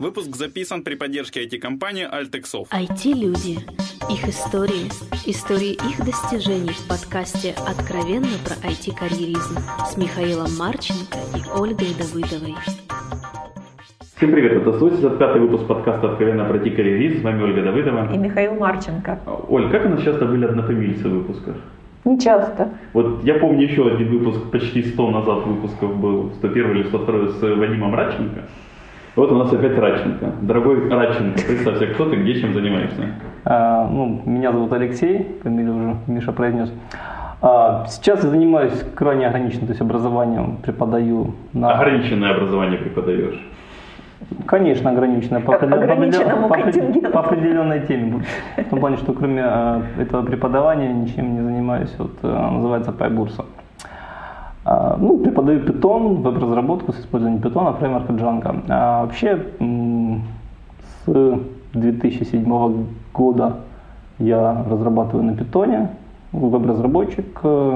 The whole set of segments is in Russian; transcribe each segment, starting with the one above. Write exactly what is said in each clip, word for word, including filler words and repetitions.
Выпуск записан при поддержке ай ти-компании Altexov. ай ти-люди. Их истории. Истории их достижений в подкасте «Откровенно про ай ти-карьеризм» с Михаилом Марченко и Ольгой Давыдовой. Всем привет, это сто восемьдесят пятый выпуск подкаста «Откровенно про ай ти-карьеризм». С вами Ольга Давыдова. И Михаил Марченко. Оль, как у нас часто были однофамильцы в выпусках? Не часто. Вот я помню еще один выпуск, почти сто назад выпусков был, сто первый или сто второй с Вадимом Радченко. Вот у нас опять Радченко. Дорогой Радченко, представься, кто ты, где, чем занимаешься? А, ну, меня зовут Алексей, фамилию уже Миша произнес. А, сейчас я занимаюсь крайне ограниченным, то есть образованием, преподаю на... Ограниченное образование преподаешь? Конечно, ограниченное. По, ограниченному по, контингенту. По определенной теме. В том плане, что кроме а, этого преподавания ничем не занимаюсь. Вот, а, называется PyBursa. А, ну, преподаю Python, веб-разработку с использованием Python, фреймворка Django. А вообще м- с две тысячи седьмого года я разрабатываю на Python, веб-разработчик,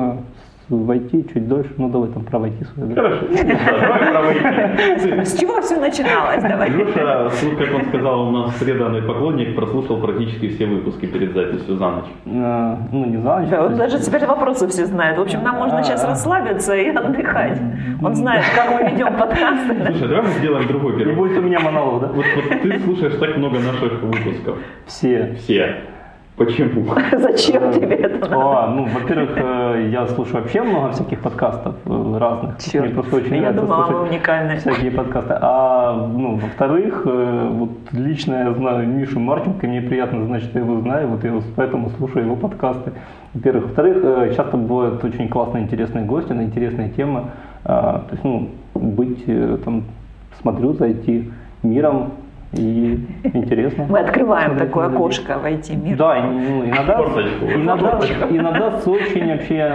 в ай ти чуть дольше, ну давай там про ай ти свое. Хорошо, давай про ай ти. С чего все начиналось? Давай. Леша, как он сказал, у нас преданный поклонник, прослушал практически все выпуски перед записью за ночь. Ну не за ночь. Да, он даже теперь вопросы все знает. В общем, нам можно сейчас расслабиться и отдыхать. Он знает, как мы ведем подкасты. Слушай, давай мы сделаем другой первый. И будет у меня монолог, да? Вот, вот ты слушаешь так много наших выпусков. Все. Все. Почему? Зачем тебе это надо? А, ну, во-первых, я слушаю вообще много всяких подкастов разных. Черт, мне просто очень я нравится думала, слушать вы уникальные. всякие подкасты. А, ну, во-вторых, вот лично я знаю Мишу Марченко, и мне приятно знать, что я его знаю, вот я поэтому слушаю его подкасты. Во-первых. Во-вторых, часто бывают очень классные, интересные гости на интересные темы. То есть, ну, быть, там, смотрю за ай ти-миром. И интересно. Мы открываем смотреть такое окошко в ай ти-мир. Да, и, ну, иногда, иногда, иногда с очень вообще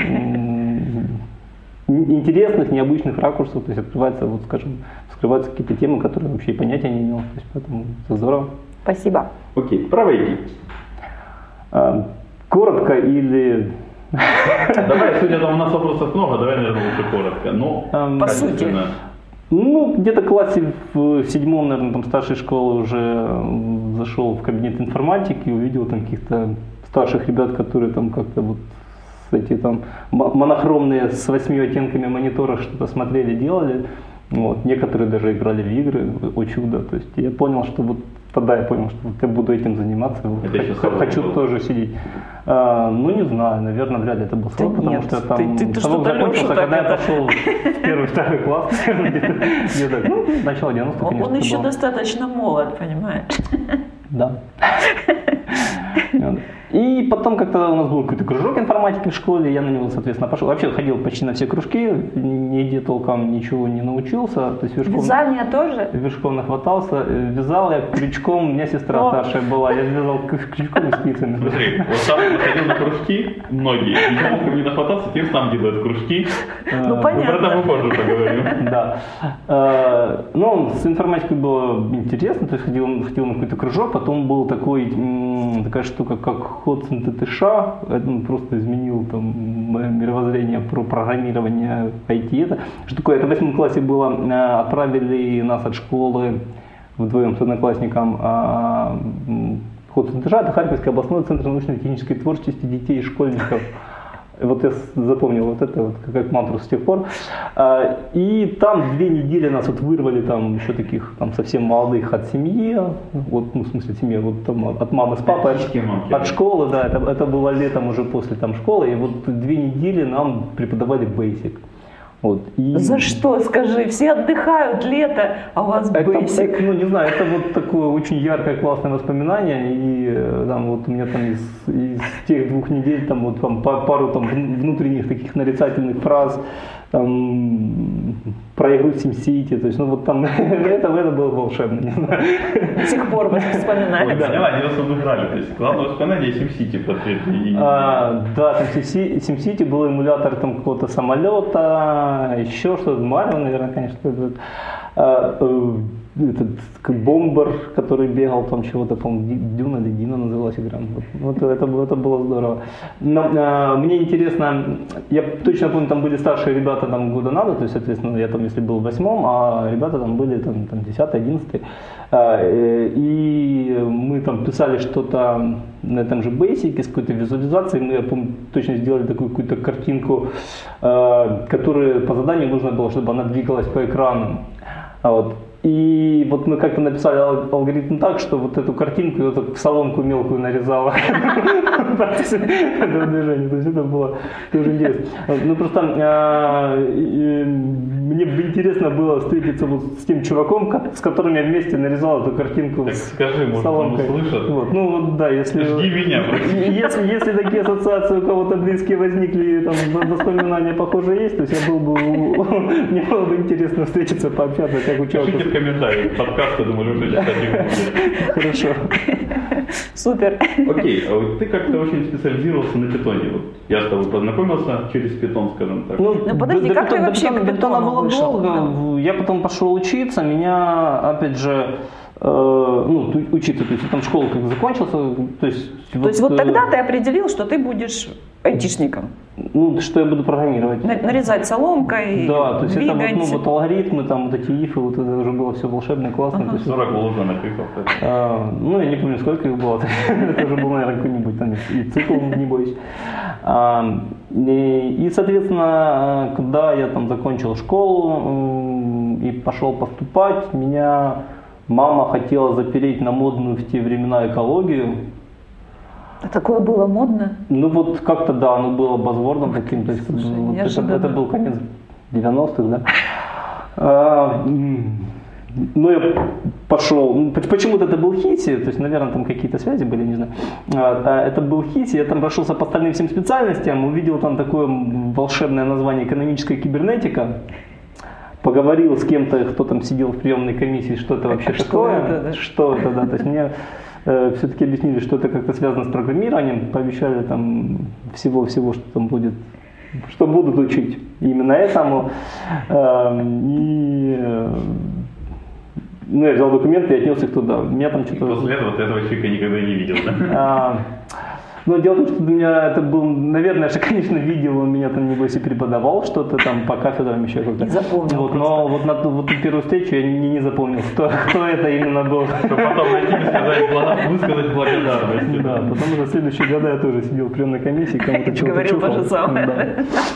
ну, интересных, необычных ракурсов, то есть открывается, вот, скажем, скрываются какие-то темы, которые вообще и понятия не имел. То есть, поэтому это здорово. Спасибо. Окей, про ай ти. А, коротко или... Давай, судя там у нас вопросов много, давай, наверное, лучше коротко. Но, а, по сути. Ну, где-то в классе в седьмом, наверное, там старшей школы уже зашел в кабинет информатики и увидел там каких-то старших ребят, которые там как-то вот эти там монохромные с восьми оттенками монитора что-то смотрели, делали. Вот. Некоторые даже играли в игры, о чудо. То есть я понял, что вот тогда я понял, что вот я буду этим заниматься, вот хочу, хочу тоже сидеть. А, ну, не знаю, наверное, вряд ли это был срок, потому нет, что там ты, ты срок закончился, Лешу, когда это... я пошел в первый, второй класс, где-то, ну, начало девяностых, конечно, Он еще было. достаточно молод, понимаешь? Да. И потом как-то у нас был какой-то кружок информатики в школе, я на него, соответственно, пошел. Вообще ходил почти на все кружки, нигде толком ничего не научился. То есть вершком, вязание тоже? Вершком нахватался. Вязал я крючком, у меня сестра О. старшая была, я вязал крючком и спицами. Смотри, вот сам ходил на кружки, многие, и кому не нахватался, тем сам делают кружки. Ну, понятно. Про это мы позже поговорим. Да. Ну, с информатикой было интересно, то есть ходил, ходил на какой-то кружок, потом был такой, такая штука, как ход СНТТШ, это просто изменил там мое мировоззрение про программирование ай ти. Это, что такое, это в восьмом классе было, отправили нас от школы вдвоем с одноклассником. Ход СНТШ — это Харьковский областной центр научно-технической творчести детей и школьников. Вот я запомнил вот это вот как мантру с тех пор. И там две недели нас вот вырвали там еще таких там совсем молодых от семьи, вот, ну в смысле семьи, вот там от мамы с папой, от, от школы, да, это, это было летом уже после там школы, и вот две недели нам преподавали Basic. Вот, и... За что, скажи? Все отдыхают, лето, а у вас это, Basic. Это, ну, не знаю, это вот такое очень яркое, классное воспоминание. И там вот у меня там из, из тех двух недель там вот там пару там внутренних таких нарицательных фраз там про игру SimCity. То есть, ну вот там это, это было волшебно, не знаю. До сих пор вас вспоминаете. Да, да, они в основном играли. То есть главное воспоминание SimCity подтвердили. А, да, там SimCity был эмулятор там какого-то самолета, еще что-то, Марио, наверное, конечно. А, этот бомбер, который бегал, там чего-то, по-моему, Дюна или Дина называлась игра. Вот, вот это, это было здорово. Но, а, мне интересно, я точно помню, там были старшие ребята там года надо, то есть, соответственно, я там, если был в восьмом, а ребята там были там, там десятый, одиннадцатый. А, и мы там писали что-то на этом же Basic, с какой-то визуализацией. Мы, я помню, точно сделали такую какую-то картинку, а, которую по заданию нужно было, чтобы она двигалась по экрану. А вот. И вот мы как-то написали алгоритм так, что вот эту картинку я так в соломку мелкую нарезала в процессе этого движения. То есть это было тоже интересно. Ну просто мне бы интересно было встретиться вот с тем чуваком, с которым я вместе нарезал эту картинку так с скажи, может, он услышит? Вот. Ну вот да, если... Жди меня. Если, если такие ассоциации у кого-то близкие возникли, там воспоминания похожие есть, то есть я был бы... Мне было бы интересно встретиться, пообщаться, как учился. Комментарии подкаста, думаю, уже читать не буду. Хорошо. Супер. Окей, а вот ты как-то очень специализировался на питоне. Вот я с тобой познакомился через питон, скажем так. Ну, ну подожди, до, как до, ты вообще до, к питону было вышел? долго. Да. Я потом пошел учиться, меня, опять же, э, ну, учиться, то есть я там школу как закончился. То есть, то вот, есть вот тогда ты определил, что ты будешь айтишником? Ну, что я буду программировать. Нарезать соломкой, да, то есть двигать. это вот, ну, вот алгоритмы, там вот эти ифы, вот это уже было все волшебно, классно. Ага. То есть, сорок вложенных ифов. А, ну, я не помню, сколько их было. Это уже был, наверное, какой-нибудь там и цикл, не боюсь. А, и, и, соответственно, когда я там закончил школу и пошел поступать, меня мама хотела запереть на модную в те времена экологию. А такое было модно? Ну вот как-то да, оно было базвордом таким, то есть Слушай, вот это, это был конец девяностых, да. А, ну я пошел, ну, почему-то это был ХИТИ, то есть, наверное, там какие-то связи были, не знаю. А, это был ХИТИ, я там прошелся по остальным всем специальностям, увидел там такое волшебное название «Экономическая кибернетика». Поговорил с кем-то, кто там сидел в приемной комиссии, что это вообще что такое. Это, да? Что это, да. То есть мне э, все-таки объяснили, что это как-то связано с программированием, пообещали там всего-всего, что там будет, что будут учить именно этому. Э, и э, ну, я взял документы и отнес их туда. Меня там что-то... И после этого ты этого человека никогда не видел, да? А, но дело в том, что для меня это был, наверное, я, конечно, видел, он меня там, небось, и преподавал что-то там по кафедрам еще как-то. Не запомнил вот, но вот на ту, вот ту первую встречу я не, не запомнил, кто, кто это именно был. Чтобы потом найти и сказать, высказать благодарность. Да, потому что в следующие годы я тоже сидел в приемной комиссии, кому-то чего-то говорил чухал. то же самое. Да.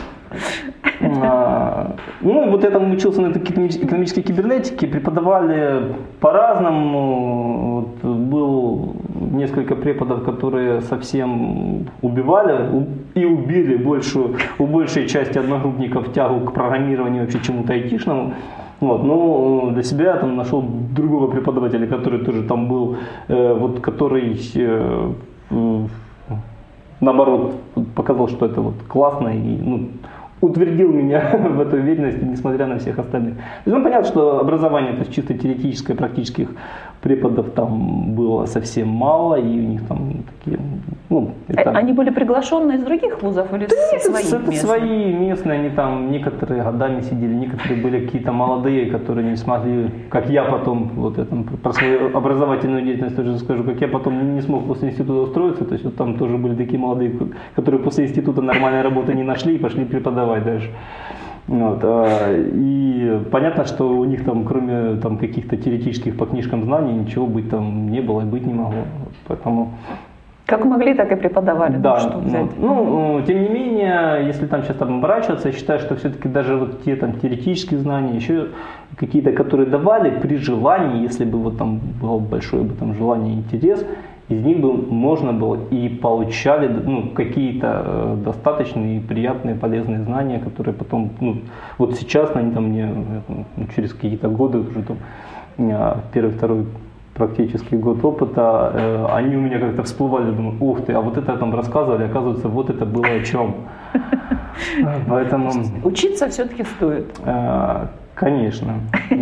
А, ну, вот я там учился на этой экономической кибернетике, преподавали по-разному. Вот, был несколько преподов, которые совсем убивали и убили большую, у большей части одногруппников тягу к программированию, вообще чему-то айтишному. Вот, но для себя я там нашел другого преподавателя, который тоже там был, э, вот, который э, э, наоборот показал, что это вот классно и ну, утвердил меня в этой уверенности, несмотря на всех остальных. То есть, ну, понятно, что образование, то есть чисто теоретическое, практических преподов там было совсем мало, и у них там такие, ну, это... Они были приглашенные из других вузов или да свои это местные? Свои местные, они там некоторые годами сидели, некоторые были какие-то молодые, которые не смогли, как я потом, вот я там про свою образовательную деятельность тоже скажу, как я потом не смог после института устроиться, то есть вот там тоже были такие молодые, которые после института нормальной работы не нашли и пошли преподавать дальше. Вот, и понятно, что у них там, кроме там, каких-то теоретических по книжкам знаний, ничего быть там не было и быть не могло. Поэтому... Как могли, так и преподавали. Да, ну, что взять? ну, тем не менее, если там сейчас там оборачиваться, я считаю, что все-таки даже вот те там теоретические знания, еще какие-то, которые давали при желании, если бы вот там было большое бы там желание и интерес, из них бы можно было и получали ну, какие-то э, достаточные, приятные, полезные знания, которые потом, ну, вот сейчас они там мне ну, через какие-то годы уже там первый, второй практически год опыта, э, они у меня как-то всплывали, думаю, ух ты, а вот это там рассказывали, оказывается, вот это было о чем. Поэтому учиться все-таки стоит. Э, конечно.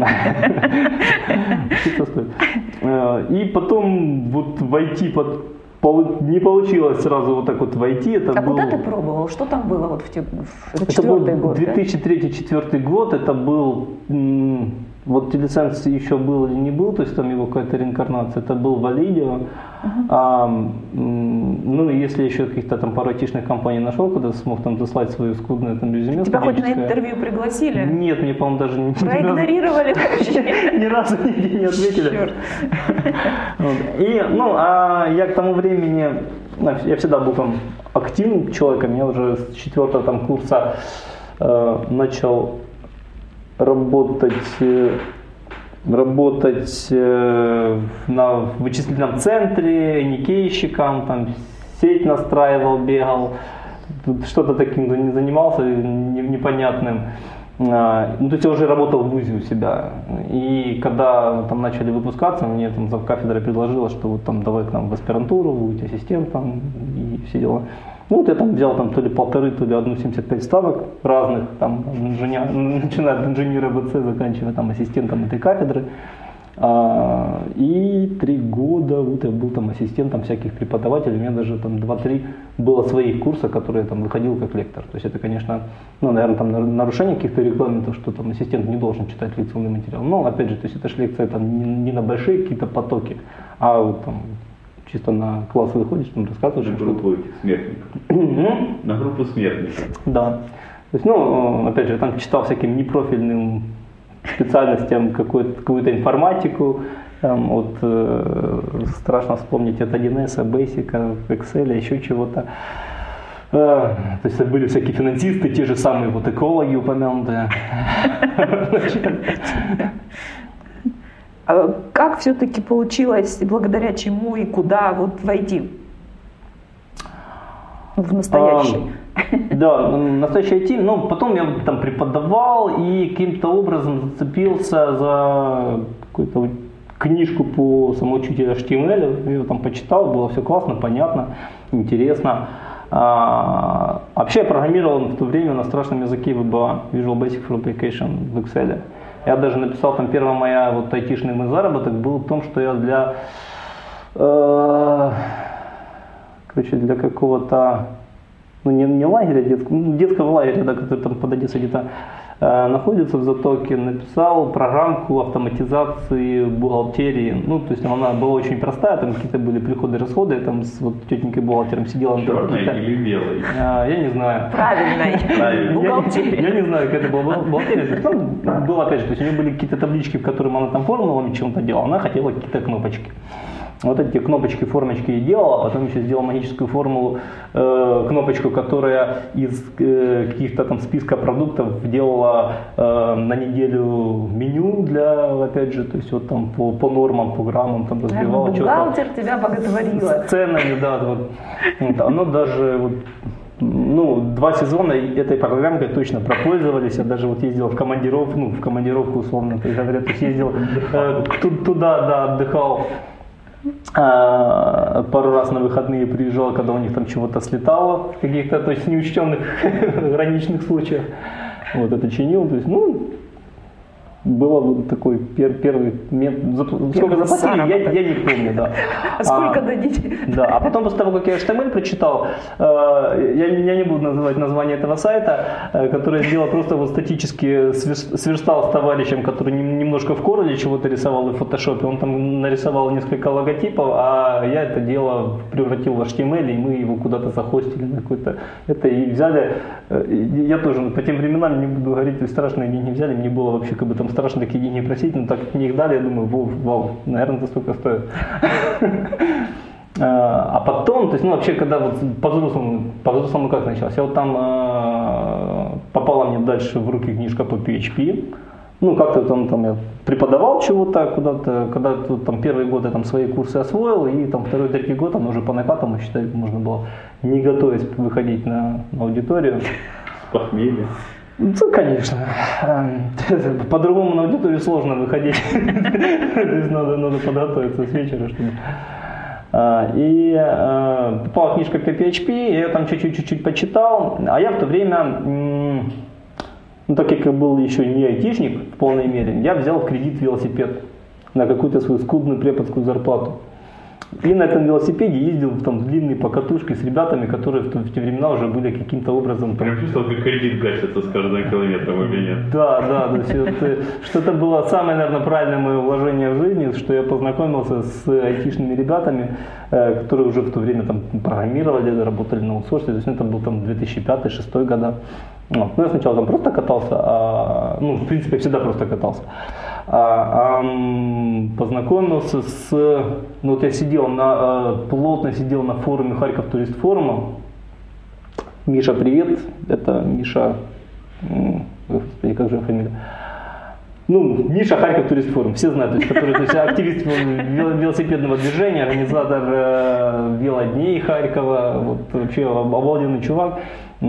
Учиться стоит. И потом вот войти под не получилось сразу вот так вот войти. Это а был... куда ты пробовал? Что там было вот в, те... в это четвертый был год? две тысячи третий — две тысячи четвёртый год. Это был вот телесенс еще был или не был, то есть там его какая-то реинкарнация, это был Validio. Uh-huh. А, ну, если еще каких-то там пару айтишных компаний нашел, куда смог там заслать свое скудное там резюме. Тебя хоть на интервью пригласили? Нет, мне, по-моему, даже не... Проигнорировали вообще? Ни разу не ответили. И, ну, а я к тому времени, я всегда был там активным человеком, я уже с четвертого там курса начал работать... работать э, на вычислительном центре, никейщиком, там сеть настраивал, бегал, что-то таким не занимался, непонятным. А, ну, то есть я уже работал в вузе у себя. И когда там начали выпускаться, мне там завкафедра предложила, что вот там давай к нам в аспирантуру, будь ассистентом и все дела. Ну вот я там взял там то ли полторы, то ли одну семьдесят пять ставок разных, там, инженер, начиная от инженера БЦ, заканчивая там ассистентом этой кафедры. А, и три года вот я был там ассистентом всяких преподавателей, у меня даже там два-три было своих курсов, которые я там выходил как лектор. То есть это, конечно, ну, наверное, там нарушение каких-то регламентов, что там ассистент не должен читать лекционный материал. Но опять же, то есть это же лекция там не, не на большие какие-то потоки, а вот там чисто на класс выходишь, там рассказываешь. На группу этих смертников. На группу смертников. Да. То есть, ну, опять же, я там читал всяким непрофильным специальностям какую-то, какую-то информатику. Там, вот, э, страшно вспомнить от один эс, Basic, Excel, еще чего-то. Э, то есть это были всякие финансисты, те же самые вот экологи упомянутые. Как все-таки получилось, благодаря чему и куда вот войти в настоящий? А, да, настоящий ай ти. Ну, потом я там преподавал и каким-то образом зацепился за какую-то книжку по самоучителю эйч ти эм эл. Я ее там почитал, было все классно, понятно, интересно. А, вообще я программировал в то время на страшном языке ви би эй, Visual Basic for Application в Excel. Я даже написал, там первая моя вот айтишный мой заработок был в том, что я для, э, короче, для какого-то, ну не, не лагеря детского, ну, детского лагеря, да, который там под Одессой где-то э, находится в Затоке, написал программку автоматизации бухгалтерии. Ну, то есть она была очень простая, там какие-то были приходы и расходы, я там с вот тетенькой бухгалтером сидела. Черной или белой? Э, я не знаю. Правильной. Бухгалтерия. Я, я не знаю, какая это была бухгалтерия. Там было, опять же, то есть у нее были какие-то таблички, в которых она там формулами чем-то делала, она хотела какие-то кнопочки. Вот эти кнопочки, формочки и делала, а потом еще сделал магическую формулу, э, кнопочку, которая из э, каких-то там списка продуктов делала э, на неделю меню для, опять же, то есть вот там по, по нормам, по граммам там разбивала. Бухгалтер тебя боготворила. С ценами, да, вот. Вот, оно даже вот, ну, два сезона этой программкой точно пропользовались. Я даже вот ездил в командировку, ну, в командировку условно, то есть, говорят, то есть ездил э, туда, да, отдыхал. А, пару раз на выходные приезжал, когда у них там чего-то слетало, в каких-то, то есть, неучтенных граничных случаях. Вот это чинил, то есть, ну, было вот такой пер, первый метод. Сколько заплатили, я, я не помню, да. А сколько а, дадите? Да, а потом после того, как я эйч ти эм эл прочитал, э, я, я не буду называть название этого сайта, э, который я сделал просто вот статически сверстал с товарищем, который нем, немножко в Corel чего-то рисовал и в фотошопе. Он там нарисовал несколько логотипов, а я это дело превратил в эйч ти эм эл, и мы его куда-то захостили на какой-то это и взяли. Э, я тоже по тем временам, не буду говорить, страшные деньги взяли, мне было вообще как бы там страшно такие деньги просить, но так как мне их дали, я думаю, вау, вау, наверное, это столько стоит. А потом, то есть, ну, вообще, когда вот по-взрослому, по-взрослому как началось, я вот там попала мне дальше в руки книжка по пи эйч пи, ну, как-то там, там я преподавал чего-то куда-то, когда там первый год я там свои курсы освоил, и там второй, третий год, там уже по накатам, считай, можно было не готовясь выходить на, на аудиторию. С похмелья. Ну, конечно. По-другому на аудиторию сложно выходить. То есть надо, надо подготовиться с вечера, чтобы... И попала книжка по пи эйч пи, я ее там чуть-чуть почитал, а я в то время, ну, так как я был еще не айтишник в полной мере, я взял в кредит велосипед на какую-то свою скудную преподскую зарплату. И на этом велосипеде ездил там в длинные покатушки с ребятами, которые в, в те времена уже были каким-то образом... Там... Прям чувствовал, как кредит гасится с каждого километра в обмене. Да, да, то есть это, что это было самое, наверное, правильное мое вложение в жизни, что я познакомился с айтишными ребятами, которые уже в то время там программировали, работали на аутсорсе, то есть это был там две тысячи пятый — две тысячи шестой года. Ну, я сначала там просто катался, а, ну, в принципе, я всегда просто катался. А, а, познакомился с, ну, вот я сидел на, плотно сидел на форуме Харьков Турист форума. Миша, привет, это Миша, господи, как же фамилия? Ну, Миша, Харьков Турист форум, все знают, то есть, который, то есть, активист велосипедного движения, организатор э, велодней Харькова, вот, вообще обалденный чувак.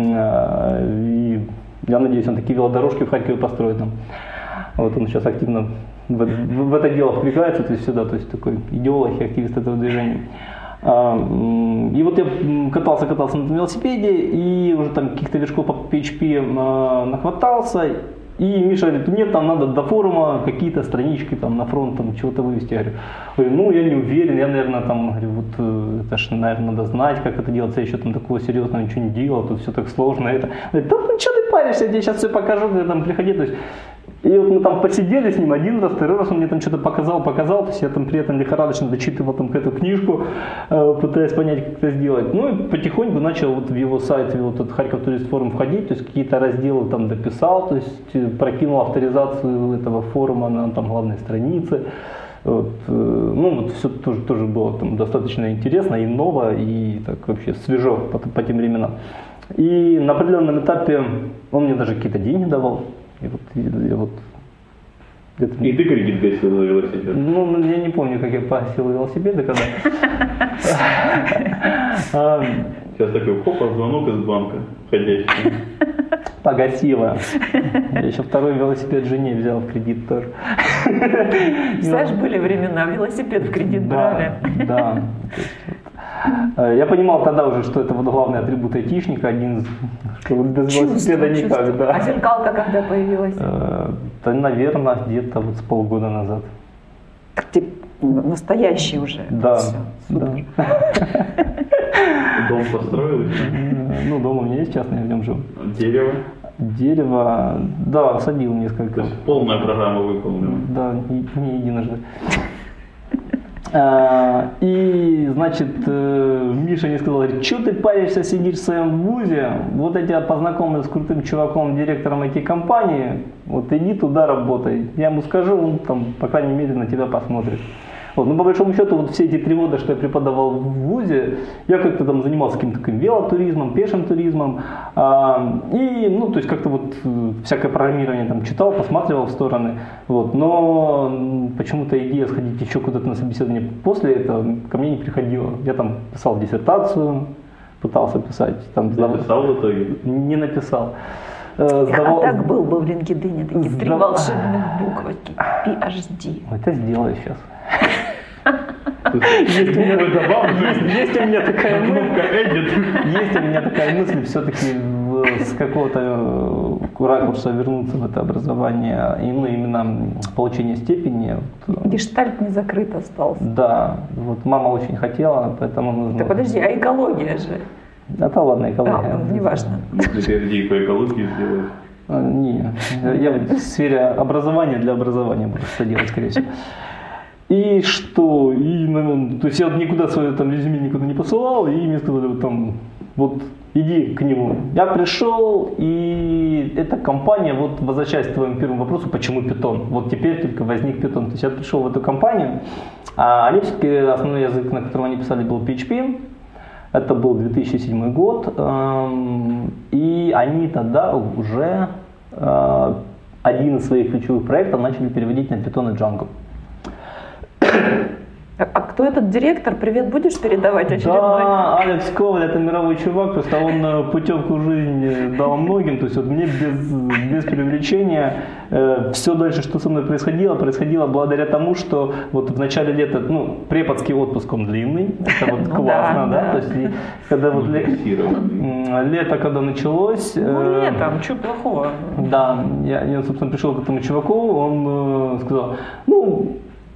И я надеюсь, он такие велодорожки в Харькове построит нам. Вот он сейчас активно в, в, в это дело впрягается, то есть сюда, то есть такой идеолог и активист этого движения. И вот я катался, катался на этом велосипеде и уже там каких-то вершков по пи эйч пи нахватался. И Миша говорит, мне там надо до форума какие-то странички там на фронт там чего-то вывести. Я говорю, ну я не уверен, я, наверное, там, говорю, вот это ж, наверное, надо знать, как это делается, я еще там такого серьезного ничего не делал, тут все так сложно. Это. Говорит, да ну что ты паришься, я тебе сейчас все покажу, когда там приходи. То есть, и вот мы там посидели с ним один раз, второй раз он мне там что-то показал, показал, то есть я там при этом лихорадочно дочитывал там эту книжку, пытаясь понять, как это сделать. Ну и потихоньку начал вот в его сайт, в вот этот Харьков Турист форум входить, то есть какие-то разделы там дописал, то есть прокинул авторизацию этого форума на там главной странице. Вот, ну вот все тоже, тоже было там достаточно интересно и ново, и так вообще свежо по, по тем временам. И на определенном этапе он мне даже какие-то деньги давал. И вот, и, вот, и ты кредит гасил за велосипед? Ну, я не помню, как я погасил велосипеды, когда. Сейчас такой хопа, звонок из банка, входящий. Погасила. Я еще второй велосипед жене взял в кредит тоже. Знаешь, были времена, велосипед в кредит брали. Да. Я понимал тогда уже, что это вот главный атрибут айтишника, один, что вот без велосипеда никак. Да. А зеркалка когда появилась? Да, наверное, где-то вот с полгода назад. Так ты настоящий уже. Да. Да. Дом построил? Ну, дом у меня есть частный, я в нем живу. Дерево? Дерево, да, садил несколько. То есть полная программа выполнена? Да, не, не единожды. А, и, значит, Миша мне сказал, говорит, что ты паришься, сидишь в своем вузе, вот я тебя познакомлю с крутым чуваком, директором ай ти-компании, вот иди туда работай. Я ему скажу, он там, по крайней мере, на тебя посмотрит. Вот. Ну, по большому счету, вот все эти три года, что я преподавал в вузе, я как-то там занимался каким-то таким велотуризмом, пешим туризмом. А, и, ну, то есть как-то вот всякое программирование там читал, посматривал в стороны. Вот. Но почему-то идея сходить еще куда-то на собеседование после этого ко мне не приходила. Я там писал диссертацию, пытался писать. Там, Ты написал в итоге? Не написал. Сдавал... А так был бы в LinkedIn, такие Сдав... три волшебных буквочки, пи эйч ди. Это сделаю сейчас. Есть у, меня, есть, есть у меня такая мысль, есть у меня такая мысль все-таки с какого-то ракурса вернуться в это образование, и, ну, именно получение степени. Гештальт не закрыт остался. Да, вот мама очень хотела, поэтому нужно... Да подожди, а экология же? Да, да ладно, экология. Да, не важно. Ты пи эйч ди по экологии сделаешь? А, не, я в сфере образования для образования буду что делать, скорее всего. И что? И, ну, то есть я никуда свое там резюме никуда не посылал, и мне сказали, вот там, вот иди к нему. Я пришел, и эта компания, вот возвращаясь к твоему первому вопросу, почему Python? Вот теперь только возник Python. То есть я пришел в эту компанию, а они все-таки, основной язык, на котором они писали, был пи эйч пи. Это был две тысячи седьмой год, и они тогда уже один из своих ключевых проектов начали переводить на Python и Django. А кто этот директор? Привет будешь передавать очередной? Да, Алекс Коваль, это мировой чувак, просто он путевку в жизнь дал многим, то есть вот мне без, без привлечения э, все дальше, что со мной происходило, происходило благодаря тому, что вот в начале лета, ну, преподский отпуск он длинный, это вот классно, да, то есть когда вот лето, когда началось... Ну, летом, что плохого? Да, я, я, собственно, пришел к этому чуваку, он сказал, ну,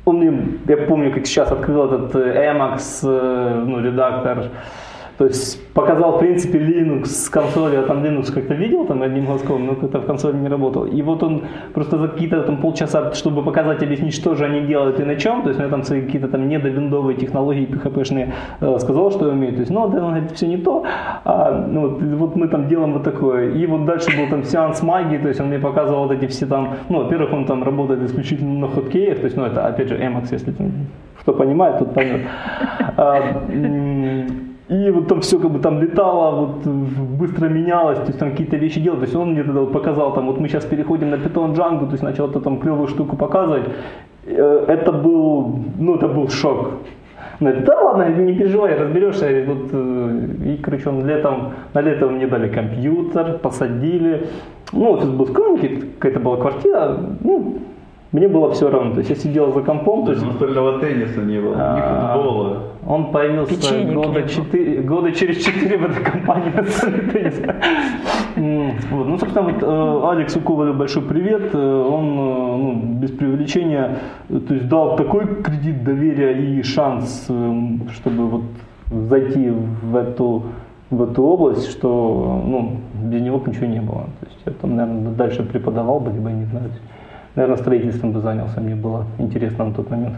он мне, я помню, как сейчас открыл этот Emacs, ну, редактор, то есть показал, в принципе, Linux с консоли, а там Linux как-то видел там одним глазком, но как-то в консоли не работал. И вот он просто за какие-то там полчаса, чтобы показать, объяснить, что же они делают и на чем, то есть у меня там свои какие-то там недовиндовые технологии пи эйч пи-шные э, сказал, что я умею. То есть, ну, да, он говорит, все не то, а, ну, вот, вот мы там делаем вот такое. И вот дальше был там сеанс магии, то есть он мне показывал вот эти все там, ну, во-первых, он там работает исключительно на хоткеях, то есть, ну, это, опять же, Emacs, если там, кто понимает, тот поймет. А, И вот там все как бы там летало, вот быстро менялось, то есть там какие-то вещи делал. То есть он мне тогда вот показал, там вот мы сейчас переходим на Python Django, то есть начал эту там клевую штуку показывать. Это был, ну это был шок. Он говорит, да ладно, не переживай, разберешься. Вот, и, короче, он летом, на лето мне дали компьютер, посадили. Ну, офис был скромненький, какая-то была квартира, ну, мне было все равно, то есть я сидел за компом. То есть настольного тенниса не было, ни футбола. Он появился года, четыре, года через четыре в этой компании настольного тенниса. Вот. Ну, собственно, вот Алексу Ковалю большой привет. Он, ну, без преувеличения, то есть дал такой кредит доверия и шанс, чтобы вот зайти в эту, в эту область, что, ну, без него ничего не было. То есть я там, наверное, дальше преподавал бы, либо не знаю. Наверное, строительством бы занялся, мне было интересно на тот момент.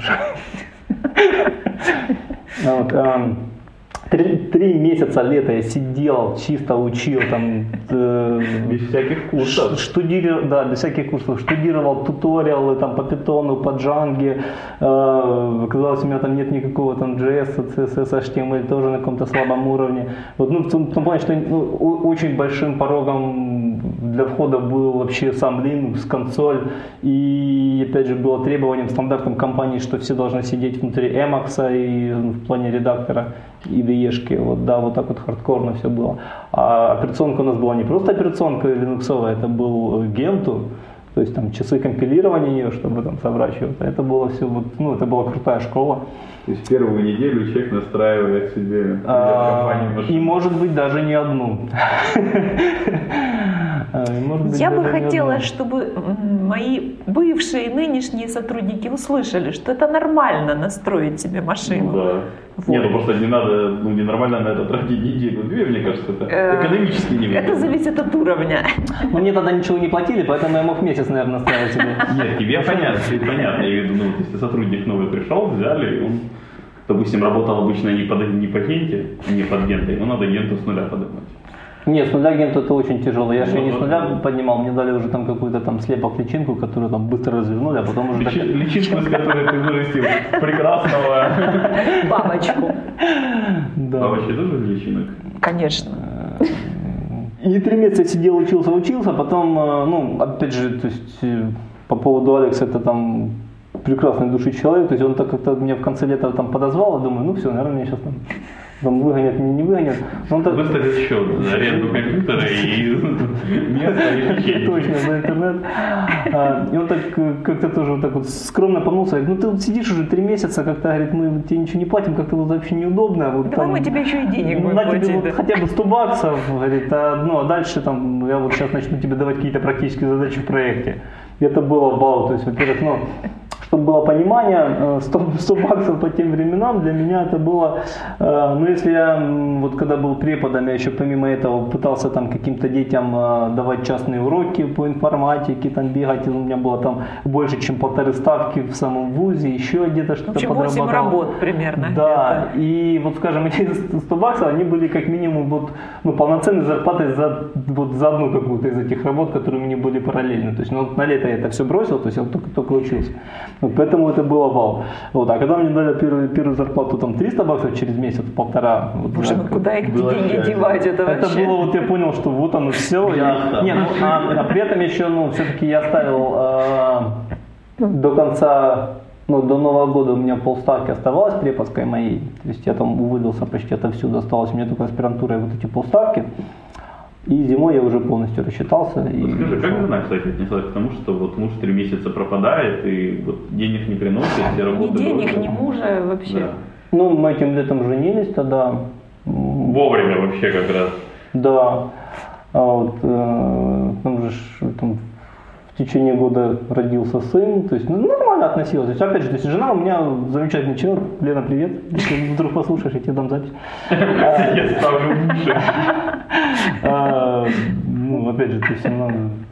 Вот, эм, три, три месяца лета я сидел, чисто учил там. Э, без всяких курсов. Штудировал, да, без всяких курсов. Штудировал туториалы там по Python, по Django. Э, оказалось, у меня там нет никакого там джей эс, си эс эс, эйч ти эм эль, тоже на каком-то слабом уровне. Вот, ну, в том, в том плане, что, ну, очень большим порогом для входа был вообще сам Linux, консоль. И опять же было требованием, стандартом компании, что все должны сидеть внутри Emacs и в плане редактора и ди и-шки. Вот, да, вот так вот хардкорно все было. А операционка у нас была не просто операционка линуксовая, это был Gentoo. То есть там часы компилирования ее, чтобы там собрать что-то. Это было все, вот, ну, это была крутая школа. То есть первую неделю человек настраивает себе компанию машину. И может быть даже не одну. Я бы хотела, чтобы мои бывшие и нынешние сотрудники услышали, что это нормально настроить себе машину. Ну, да. Вот. Нет, ну просто не надо, ну ненормально на это тратить неделю-две, мне кажется, это экономически невыгодно. Это зависит от уровня. Ну мне тогда ничего не платили, поэтому я мог месяц, наверное, настраивать себе. Нет, тебе понятно, понятно. Я имею в виду, ну, если сотрудник новый пришел, взяли, и он, допустим, работал обычно не по, не по генте, не под гентой, но надо генту с нуля поднимать. Нет, с нуля генту это очень тяжело. Я же не с нуля поднимал, мне дали уже там какую-то там слепок личинку, которую там быстро развернули, а потом уже... Личи, так... Личинку, с которой ты вырастил прекрасного... Бабочку. Да. Бабочки тоже личинок? Конечно. И три месяца сидел, учился, учился, потом, ну, опять же, то есть по поводу Алекса, это там прекрасный души человек, то есть он так как-то меня в конце лета там подозвал, и думаю, ну все, наверное, меня сейчас там... Там выгонят, не выгонят. Так... Выставить счет за аренду компьютера и место и печенье. Точно, за интернет. И он так как-то тоже вот так вот скромно помнулся. Говорит, ну ты вот сидишь уже три месяца, как-то, говорит, мы тебе ничего не платим, как-то вот вообще неудобно. Вот, давай там, мы тебе еще и денег будем на платить. тебе вот хотя бы сто баксов, говорит, а, ну а дальше там я вот сейчас начну тебе давать какие-то практические задачи в проекте. И это было вау, то есть, во-первых, ну, чтобы было понимание, сто, сто баксов по тем временам для меня это было, ну если я вот когда был преподом, я еще помимо этого пытался там каким-то детям давать частные уроки по информатике, там бегать, у меня было там больше, чем полторы ставки в самом вузе, еще где-то что-то подрабатывал. восемь работ примерно. Да, где-то. И вот скажем, эти сто баксов, они были как минимум вот, ну, полноценной зарплатой за, вот, за одну какую-то из этих работ, которые мне были параллельны. То есть ну, на лето я это все бросил, то есть я только, только учился. Вот, поэтому это было вау. Вот, а когда мне дали первую, первую зарплату там триста баксов через месяц, полтора. Вот, боже, ну куда их деньги девать? Это, это вообще... было, вот я понял, что вот оно все. Я, не, ну, а, а при этом еще, ну, все-таки я оставил э, до конца, ну, до Нового года у меня полставки оставалось преподской моей. То есть я там уволился почти отовсюду, осталось мне только аспирантура и вот эти полставки. И зимой я уже полностью рассчитался. Вот и скажи, как жена, кстати, отнеслась к тому, что вот муж три месяца пропадает и вот денег не приносит, все работы ни денег, бросит. ни мужа вообще. Да. Ну, мы этим летом женились тогда. Вовремя вообще как раз. Да. А вот, э, там же там, в течение года родился сын, то есть ну, нормально относилась. То есть, опять же, то есть, жена у меня замечательный человек. Лена, привет. Если вдруг послушаешь, я тебе дам запись. Я ставлю уши. Ну, опять же, то есть она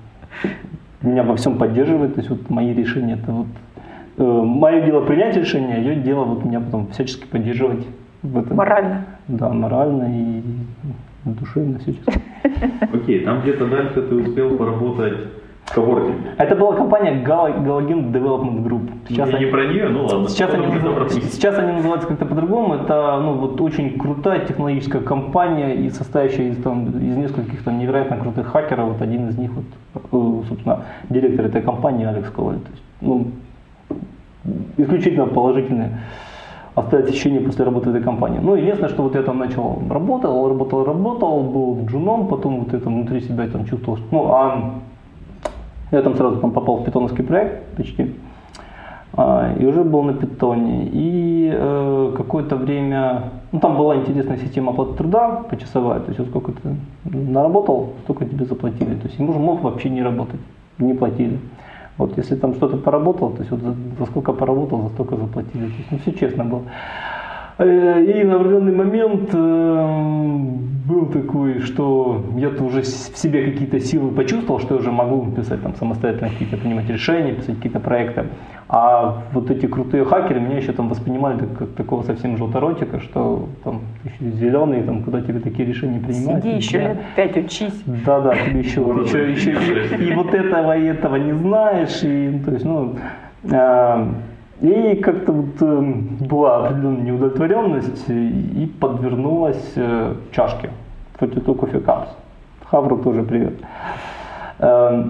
меня во всем поддерживает, то есть вот мои решения, это вот мое дело принять решение, ее дело вот меня потом всячески поддерживать в этом. Морально. Да, морально и душевно всячески. Окей, там где-то дальше ты успел поработать в коворкинге. Это была компания Галоген Development Group. Сейчас ну, они, не про нее, ну ладно. Сейчас они, называются, сейчас они называются как-то по-другому. Это ну, вот очень крутая технологическая компания, и состоящая из, там, из нескольких там, невероятно крутых хакеров. Вот один из них, вот, собственно, директор этой компании Алекс Коваль. То есть, ну, исключительно положительные оставить ощущение после работы в этой компании. Ну, единственное, что вот я там начал, работал, работал, работал, был джуном, потом вот это внутри себя там чувствовал, ну, а я там сразу там попал в питоновский проект почти, а, и уже был на питоне, и э, какое-то время, ну, там была интересная система оплаты труда почасовая, то есть вот сколько ты наработал, столько тебе заплатили, то есть ему же мог вообще не работать, не платили. Вот, если там что-то поработал, то есть вот за, за сколько поработал, за столько заплатили. То есть, ну, все честно было. И на определенный момент э, был такой, что я-то уже в себе какие-то силы почувствовал, что я уже могу писать там самостоятельно какие-то, принимать решения, писать какие-то проекты. А вот эти крутые хакеры меня еще там воспринимали как, как такого совсем желторотика, что там еще зеленый, там, куда тебе такие решения принимать. Сиди еще да. лет пять учись. Да-да, тебе еще, еще, еще и, и вот этого, и этого не знаешь. И, то есть, ну, э, и как-то вот, э, была определенная неудовлетворенность, и подвернулась э, чашке фортиту Coffee Cups. Хавру тоже привет. Э,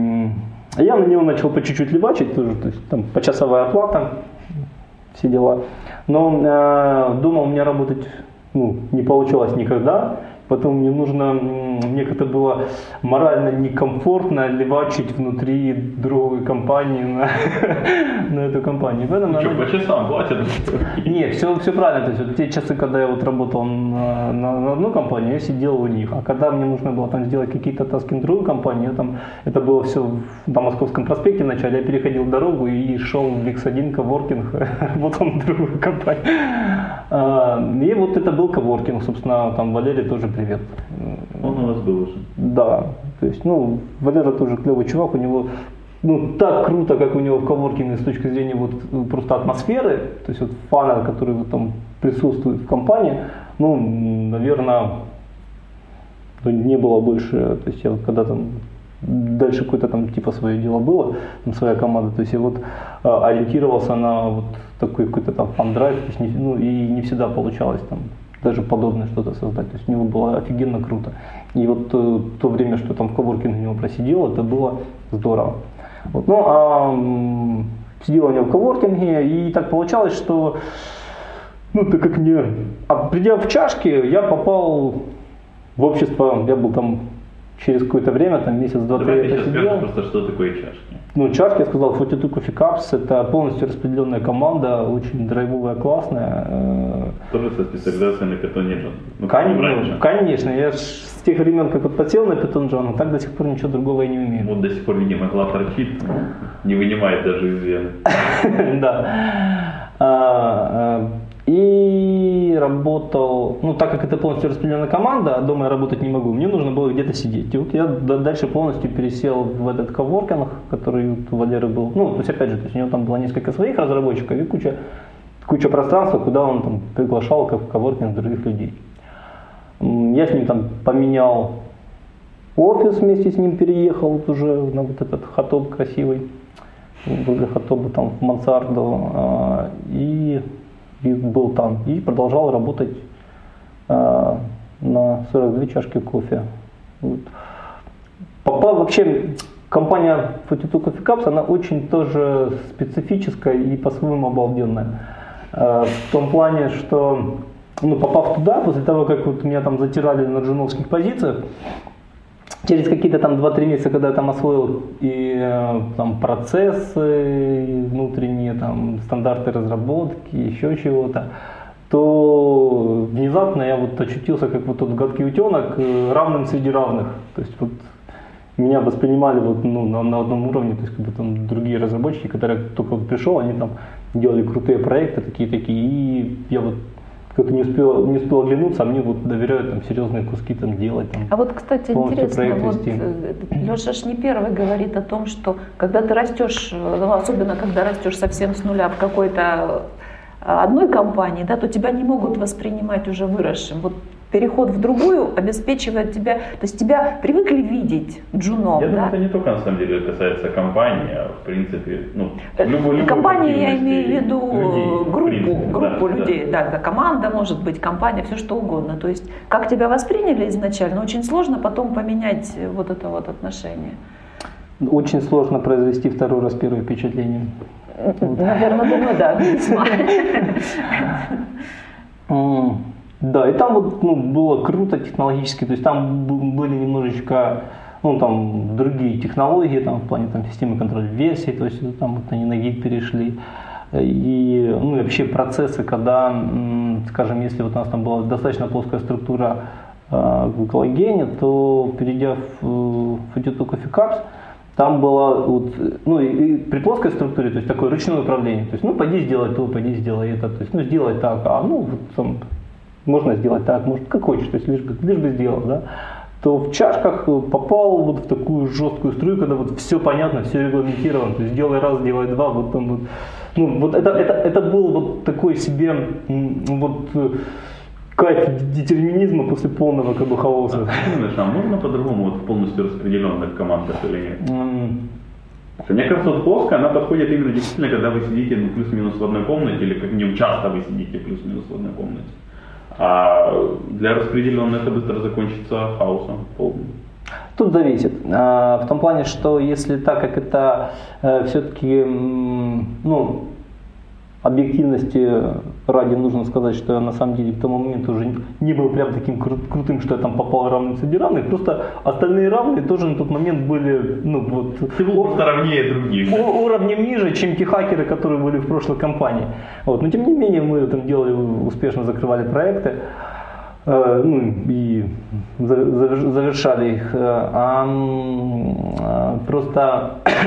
Я на него начал по чуть-чуть левачить, тоже, то есть там почасовая оплата, все дела. Но э, дома у меня работать ну, не получалось никогда, потом мне нужно, мне как-то было морально некомфортно левачить внутри другой компании на, на эту компанию. Ну что, по часам платят? Нет, все, все правильно. То есть вот те часы, когда я вот работал на, на, на одну компанию, я сидел у них. А когда мне нужно было там сделать какие-то таски на другую компанию, я там, это было все на Московском проспекте вначале, я переходил дорогу и шел в икс один коворкинг, работал на другую компанию. И вот это был коворкинг, собственно, там Валерий тоже привет. Он у нас был уже. Да, то есть, ну, Валера тоже клевый чувак, у него, ну, так круто, как у него в коворкинге с точки зрения вот просто атмосферы, то есть вот фана, который вот там присутствует в компании, ну, наверное, не было больше, то есть я вот когда там дальше какое-то там типа свое дело было, там своя команда, то есть я вот а, ориентировался на вот такой какой-то там фан-драйв, то есть не, ну, и не всегда получалось там даже подобное что-то создать. То есть у него было офигенно круто. И вот э, то время, что там в коворкинге у него просидел, это было здорово. Вот. Ну, а м, сидел у него в коворкинге, и так получалось, что, ну, так как мне, а придя в чашки, я попал в общество, я был там через какое-то время, там месяц-два-три я посидел. Давай просто, что такое чашки. Ну, чашки, я сказал, фортиту Coffee Cups, это полностью распределенная команда, очень драйвовая, классная. Тоже со специализацией на Python Django. Ну, конечно, конечно, я ж с тех времен, как вот подсел на Python Django, так до сих пор ничего другого я не умею. Вот до сих пор, видимо, глав торчит, не вынимает даже из вены. Да. И работал, ну так как это полностью распределенная команда, а дома я работать не могу, мне нужно было где-то сидеть. И вот я дальше полностью пересел в этот коворкинг, который у Валеры был. Ну, то есть опять же, то есть у него там было несколько своих разработчиков и куча, куча пространства, куда он там приглашал как в коворкинг других людей. Я с ним там поменял офис, вместе с ним переехал вот уже на вот этот хатоб красивый, возле хатоба там в мансарду. И И был там, и продолжал работать э, на сорок две чашки кофе. Вот. Попал вообще, компания фортиту Coffee Cups, она очень тоже специфическая и по-своему обалденная. Э, в том плане, что, ну, попав туда, после того, как вот меня там затирали на джуновских позициях, через какие-то там два-три месяца, когда я там освоил и там процессы и внутренние там стандарты разработки, еще чего-то, то внезапно я вот очутился как вот тот гадкий утенок, равным среди равных. То есть вот меня воспринимали вот, ну, на, на одном уровне, то есть как бы там другие разработчики, которые только вот пришел, они там делали крутые проекты такие-такие, и я вот как-то не успел, не успел оглянуться, а мне вот доверяют там серьезные куски там делать. Там, а вот, кстати, интересно, вот Леша ж не первый говорит о том, что когда ты растешь, ну, особенно когда растешь совсем с нуля в какой-то одной компании, да, то тебя не могут воспринимать уже выросшим. Вот переход в другую обеспечивает тебя, то есть тебя привыкли видеть джуном. Я да? думаю, это не только на самом деле касается компании, а в принципе, ну, любой, любой компании я имею в виду людей, группу, принципе, группу да, людей, да. Да, да, команда может быть, компания, все что угодно. То есть как тебя восприняли изначально, очень сложно потом поменять вот это вот отношение. Очень сложно произвести второй раз первое впечатление. Наверное, думаю, да. Да, и там вот, ну, было круто технологически, то есть там были немножечко, ну, там другие технологии, там в плане там системы контроля версий, то есть там вот они на гиг перешли. И, ну, и вообще процессы, когда, скажем, если вот у нас там была достаточно плоская структура э, в коллагене, то перейдя в, в Fortitude Coffee Cups, там было, вот, ну, и, и при плоской структуре, то есть такое ручное управление, то есть, ну, пойди сделай то, пойди сделай это, то есть, ну, сделай так, а, ну, вот там, можно сделать так, может, как хочешь, то есть, лишь бы, лишь бы сделал, да, то в чашках попал вот в такую жесткую струю, когда вот все понятно, все регламентировано, то есть, делай раз, делай два, вот там вот, ну, вот это, это, это был вот такой себе, вот, кайф детерминизма после полного как бы хаоса. А, а можно по-другому вот в полностью распределенных командах или нет? Mm. Мне кажется, вот плоская, она подходит именно действительно, когда вы сидите ну, плюс-минус в одной комнате, или как не часто вы сидите плюс-минус в одной комнате. А для распределенной это быстро закончится хаосом полным. Тут зависит. В том плане, что если так как это все-таки, ну, объективности ради нужно сказать, что я на самом деле к тому моменту уже не был прям таким кру- крутым, что я там попал равным среди равных, просто остальные равные тоже на тот момент были, ну вот... Ты был просто равнее других. У- уровнем ниже, чем те хакеры, которые были в прошлой компании. Вот. Но тем не менее мы там делали, успешно закрывали проекты, э, ну и завершали их. А, а, просто...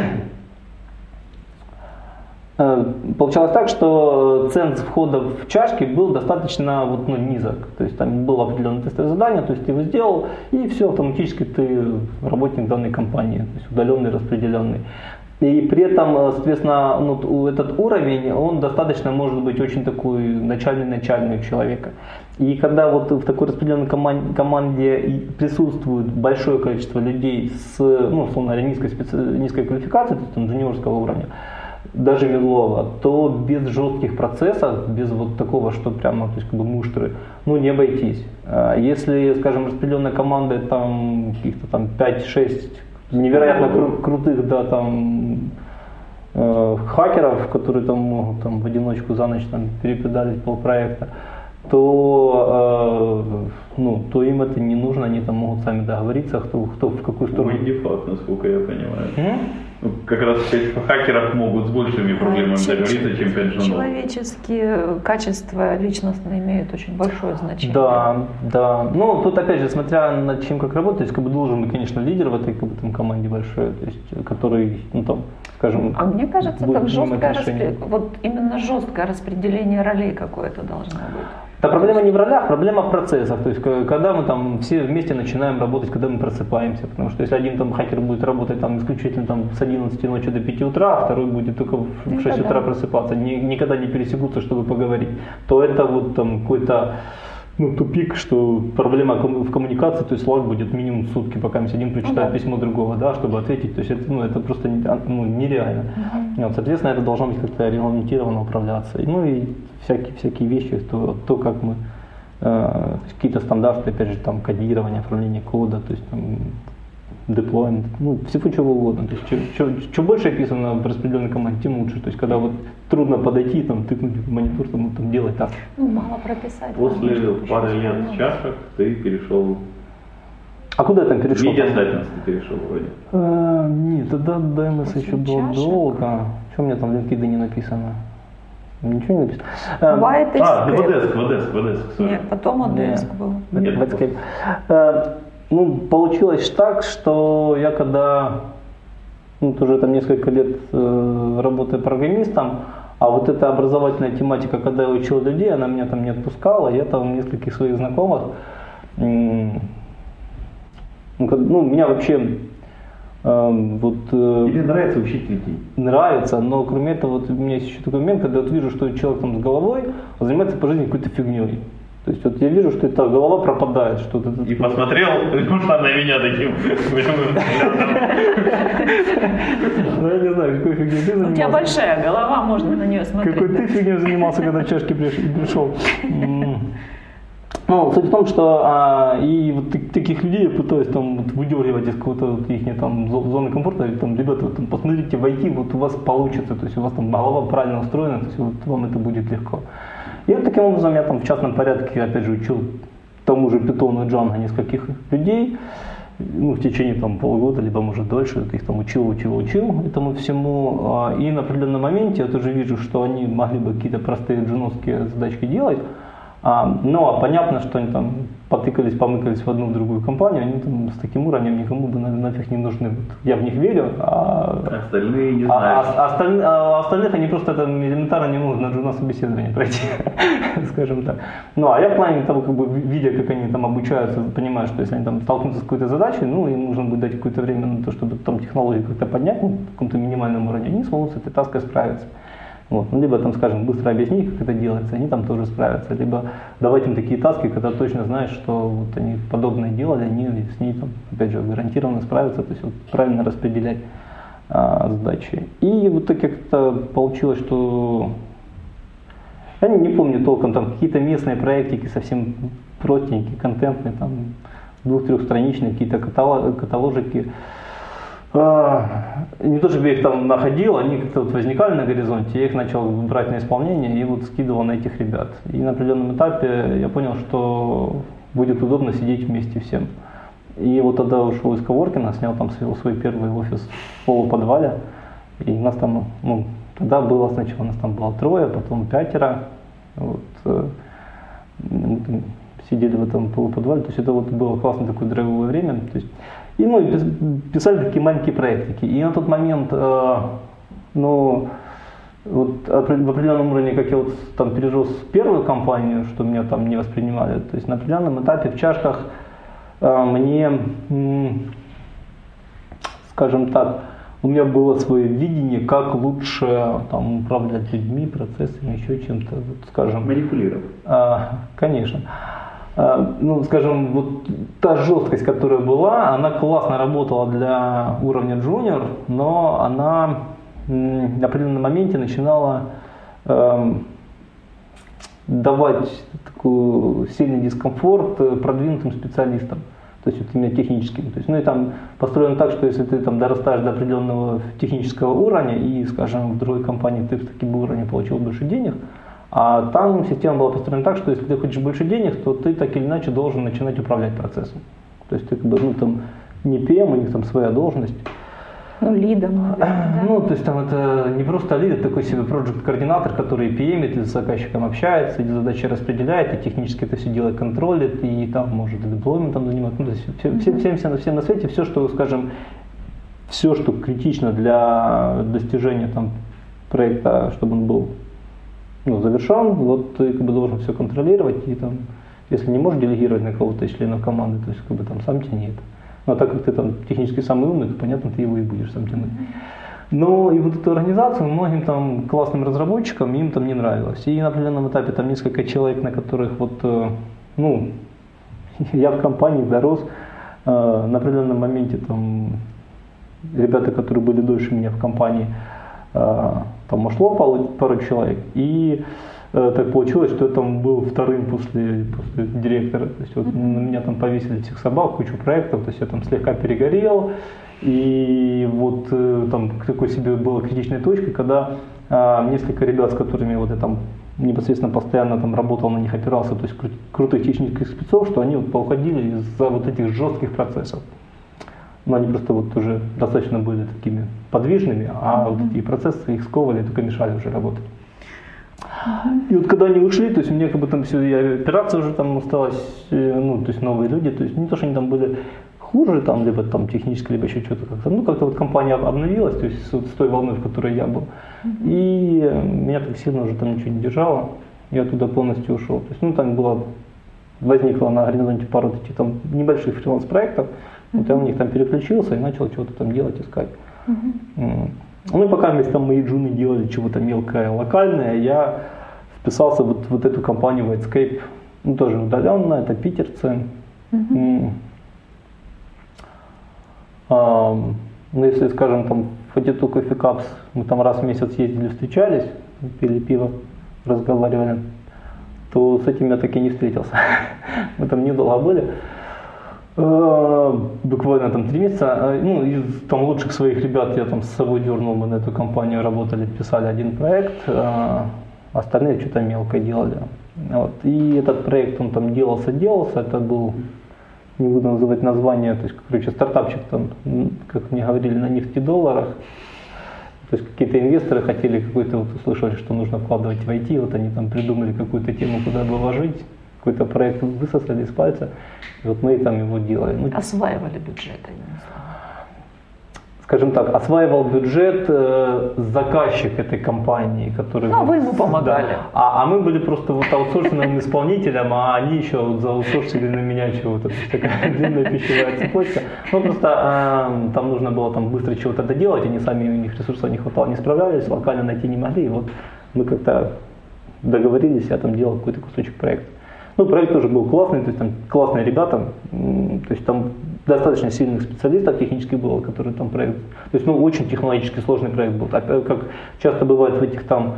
Получалось так, что ценз входа в чашки был достаточно вот, ну, низок. То есть там было определенное тестовое задание, то есть ты его сделал, и все, автоматически ты работник данной компании, то есть удаленный, распределенный. И при этом, соответственно, ну, этот уровень, он достаточно может быть очень такой начальный-начальный у человека. И когда вот в такой распределенной команде, команде присутствует большое количество людей с, ну, условно, низкой, специ... низкой квалификацией, то есть там джуниорского уровня, даже медлова, то без жестких процессов, без вот такого, что прямо, то есть как бы муштры, ну не обойтись. Если, скажем, распределенная команда там каких-то там пять-шесть невероятно кру- крутых, да, там э, хакеров, которые там могут там в одиночку за ночь там перепедалить полпроекта, то, э, ну, то им это не нужно, они там могут сами договориться, кто, кто в какую сторону. Ой, не факт, насколько я понимаю. Mm? Ну, как раз пять хакеров могут с большими проблемами Ч- договориться, чем пять джунов. Человеческие качества личностные имеют очень большое значение. Да, да. Ну, тут опять же, смотря над чем как работать, то есть, как бы должен быть, конечно, лидер в этой как бы, там, команде большой, то есть, который, ну там, скажем, а мне кажется, так жесткое распри... вот именно жесткое распределение ролей какое-то должно быть. Да, проблема не в ролях, проблема в процессах. То есть, когда мы там все вместе начинаем работать, когда мы просыпаемся. Потому что если один там хакер будет работать там исключительно там с одиннадцати ночи до пяти утра, а второй будет только в шесть утра просыпаться, ни, никогда не пересекутся, чтобы поговорить, то это вот там какой-то, ну, тупик, что проблема в коммуникации, то есть лаг будет минимум сутки, пока мы сидим, прочитаем да. письмо другого, да, чтобы ответить. То есть это, ну, это просто ну, нереально. Uh-huh. Вот, соответственно, это должно быть как-то регламентированно управляться. Ну и всякие, всякие вещи, то, то как мы, э, какие-то стандарты, опять же, там, кодирование, оформление кода, то есть там, деплоймент, ну, всего чего угодно. То есть, чем больше описано в распределенной команде, тем лучше. То есть, когда вот трудно подойти, там, тыкнуть в монитор, там, там, делать так. Ну, мало прописать. После пары лет в чашках ты перешел... А куда я там перешел? Медиасайтенс ты перешел вроде. А, нет, тогда ди эм эс еще было долго. Что у меня там в LinkedIn не написано? Ничего не написано. White а, Вадеск, Вадеск, Вадеск. Нет, потом Вадеск был. Нет, Ну, получилось так, что я когда, ну, тоже там несколько лет э, работаю программистом, а вот эта образовательная тематика, когда я учил людей, она меня там не отпускала, я там нескольких своих знакомых, э, ну, меня вообще э, вот... Э, Тебе нравится учить людей? Нравится, но кроме этого, вот у меня есть еще такой момент, когда я вот вижу, что человек там с головой занимается по жизни какой-то фигней. То есть вот я вижу, что эта голова пропадает, что-то. И посмотрел, нужно на меня таким взглядом. Ну я не знаю, какой фигней ты занимался. У тебя большая голова, можно на нее смотреть. Какой ты фигней занимался, когда в чашке пришел. Ну, суть в том, что а, и вот таких людей я пытаюсь там вот, выдергивать из какой-то вот, их там зоны комфорта, и, там, ребята, вот, там, посмотрите, войти, вот у вас получится, то есть у вас там голова правильно устроена, то есть вот, вам это будет легко. И вот таким образом я там в частном порядке, опять же, учил тому же Python и Django нескольких людей, ну, в течение там полгода, либо может дольше, их там учил, учил, учил этому всему. И на определенном моменте я тоже вижу, что они могли бы какие-то простые джуновские задачки делать, но понятно, что они там потыкались, помыкались в одну в другую компанию, они там с таким уровнем никому бы нафиг не нужны. Я в них верю, а остальные не знаю. А, а, осталь, а остальных они просто там элементарно не могут на джуна собеседование пройти, скажем так. Ну а я в плане того, как бы видя, как они там обучаются, понимаю, что если они там столкнутся с какой-то задачей, ну им нужно будет дать какое-то время на то, чтобы там технологию как-то поднять, ну, в каком-то минимальном уровне, они смогут с этой таской справиться. Вот. Ну, либо там, скажем, быстро объяснить, как это делается, они там тоже справятся. Либо давать им такие таски, когда точно знаешь, что вот они подобное делали, они с ней там, опять же, гарантированно справятся, то есть вот, правильно распределять а, задачи. И вот так как-то получилось, что я не, не помню толком, там какие-то местные проектики совсем простенькие, контентные, там двух-трехстраничные какие-то каталожики. Не то чтобы я их там находил, они как-то вот возникали на горизонте, я их начал брать на исполнение и вот скидывал на этих ребят. И на определенном этапе я понял, что будет удобно сидеть вместе всем. И вот тогда ушел из коворкинга, снял там свой, свой первый офис в полуподвале. И у нас там, ну, тогда было сначала, у нас там было трое, потом пятеро. Вот, мы сидели в этом полуподвале, то есть это вот было классное такое драйвовое время. То есть, и ну, писали такие маленькие проектики. И на тот момент, э, ну, вот в определенном уровне, как я вот там пережил первую компанию, что меня там не воспринимали, то есть на определенном этапе в чашках э, мне, м, скажем так, у меня было свое видение, как лучше там управлять людьми, процессами, еще чем-то, вот, скажем. Манипулировать. Э, конечно. Ну, скажем, вот та жесткость, которая была, она классно работала для уровня junior, но она в определенном моменте начинала э, давать такой сильный дискомфорт продвинутым специалистам, то есть вот именно техническим. То есть, ну и там построено так, что если ты там дорастаешь до определенного технического уровня и, скажем, в другой компании ты с таким уровнем получил больше денег, а там система была построена так, что если ты хочешь больше денег, то ты так или иначе должен начинать управлять процессом. То есть ты как бы, ну там не пи эм, у них там своя должность. Ну, лидом, наверное, да? Ну, то есть там это не просто лид, это такой себе проект-координатор, который пи эм-ит, и с заказчиком общается, и задачи распределяет, и технически это все дело контролит, и там может и деплойментом заниматься. Ну, то есть всем, всем, всем, всем, всем на свете, все, что, скажем, все, что критично для достижения там проекта, чтобы он был, ну, завершен, вот ты как бы должен все контролировать, и там, если не можешь делегировать на кого-то из членов команды, то есть как бы там сам тяни это. Ну, а так как ты там технически самый умный, то понятно, ты его и будешь сам тянуть. Но и вот эту организацию многим там классным разработчикам им там не нравилось. И на определенном этапе там несколько человек, на которых вот, ну, я в компании дорос, на определенном моменте там ребята, которые были дольше меня в компании, там ушло пару человек, и э, так получилось, что я там был вторым после, после директора. То есть вот на меня там повесили всех собак, кучу проектов, то есть я там слегка перегорел, и вот э, там такой себе была критичной точкой, когда э, несколько ребят, с которыми вот я там непосредственно постоянно там работал, на них опирался, то есть кру- крутых технических спецов, что они вот поуходили из-за вот этих жестких процессов. Но они просто вот уже достаточно были такими подвижными, а mm-hmm. вот эти процессы их сковывали, только мешали уже работать. И вот когда они ушли, то есть мне как бы там все, я, операция уже там осталась, ну, то есть новые люди, то есть не то, что они там были хуже, там, либо там технически, либо еще что-то как-то, ну, как-то вот компания обновилась, то есть вот с той волной, в которой я был. И меня так сильно уже там ничего не держало, я оттуда полностью ушел. То есть, ну, там было, возникло на горизонте пару таких там небольших фриланс-проектов, вот я у них там переключился и начал чего-то там делать, искать. Mm. Ну и пока вместе там мои джуны делали чего-то мелкое, локальное, я вписался вот в вот эту компанию Whitescape, ну тоже удаленно, это питерцы. Mm-hmm. А, ну если, скажем, там в Forty-two Coffee Cups мы там раз в месяц ездили, встречались, пили пиво, разговаривали, то с этим я так и не встретился. Мы там недолго были. Буквально там три месяца. Ну, из там лучших своих ребят я там с собой дернул, мы на эту компанию работали, писали один проект, а остальные что-то мелко делали. Вот. И этот проект, он там делался, делался, это был, не буду называть название, то есть, короче, стартапчик там, как мне говорили, на нефтедолларах. То есть какие-то инвесторы хотели какой-то, вот услышали, что нужно вкладывать в ай ти, вот они там придумали какую-то тему, куда бы вложить. Какой-то проект высосали из пальца, и вот мы там его делали. Ну, осваивали бюджет, они не скажем так, осваивал бюджет э, заказчик этой компании, который... Ну, вы ему помогали. Да. А, а мы были просто вот аутсорсинговым исполнителем, а они еще вот заутсорсили на меня чего-то. То есть такая длинная пищевая цепочка. Ну, просто э, там нужно было там быстро чего-то доделать, они сами, у них ресурсов не хватало, не справлялись, локально найти не могли. И вот мы как-то договорились, я там делал какой-то кусочек проекта. Ну, проект тоже был классный, то есть там классные ребята, то есть там достаточно сильных специалистов технических было, которые там проект, то есть ну очень технологически сложный проект был. Как часто бывает в этих там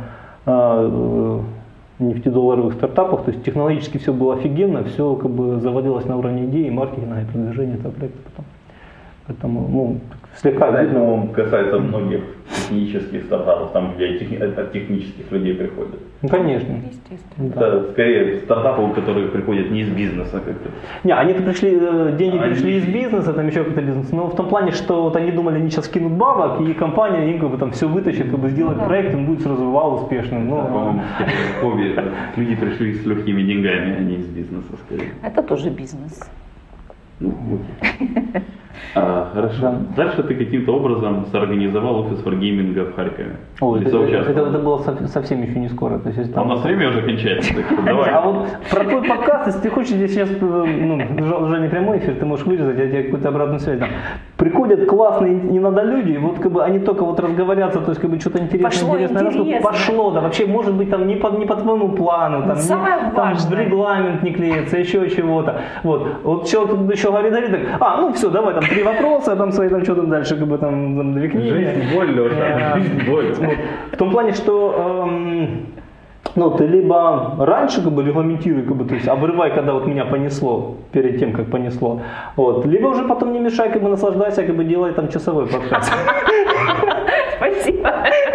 э, нефтедолларовых стартапах, то есть технологически все было офигенно, все как бы заводилось на уровне идеи, маркетинга и продвижения этого проекта потом. Поэтому, ну, слегка да, видно. Это касается многих технических стартапов, там, где техни- от технических людей приходят. Ну, конечно. Естественно. Это да. Скорее стартапы, которые приходят не из бизнеса как-то. Не, они-то пришли, деньги они пришли из бизнеса, там еще какой-то бизнес, но в том плане, что вот они думали, они сейчас кинут бабок, и компания им как бы там все вытащит, как бы сделает ну, да. проект, он будет сразу вау успешным. Но... Да, по-моему, обе люди пришли с легкими деньгами, а не из бизнеса скорее. Это тоже бизнес. Ну, окей. А, хорошо. Да. Дальше ты каким-то образом соорганизовал офис форгейминга в Харькове. О, это, это, это было совсем еще не скоро. То есть, там... А у нас время уже кончается, так что давай. А вот про твой подкаст, если ты хочешь, здесь сейчас, ну, уже не прямой эфир, ты можешь вырезать, я тебе какую-то обратную связь дам. Приходят классные, не надо люди, вот как бы они только вот разговорятся, то есть как бы что-то интересное, пошло интересное рассказывают. Пошло, да, вообще может быть там не по, не по твоему плану, там, не, там регламент не клеится, еще чего-то. Вот, вот человек тут еще говорит, говорит, так, а, ну все, давай там три вопроса, там свои там что там дальше, как бы там, там две книги. Жизнь боль, Леша, жизнь боль. Вот. В том плане, что эм, ну, ты либо раньше как бы регламентируй, как бы, то есть обрывай, когда вот меня понесло, перед тем, как понесло, вот, либо уже потом не мешай, как бы наслаждайся, как бы делай там часовой подкаст. Спасибо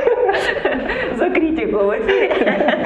за критику в эфире.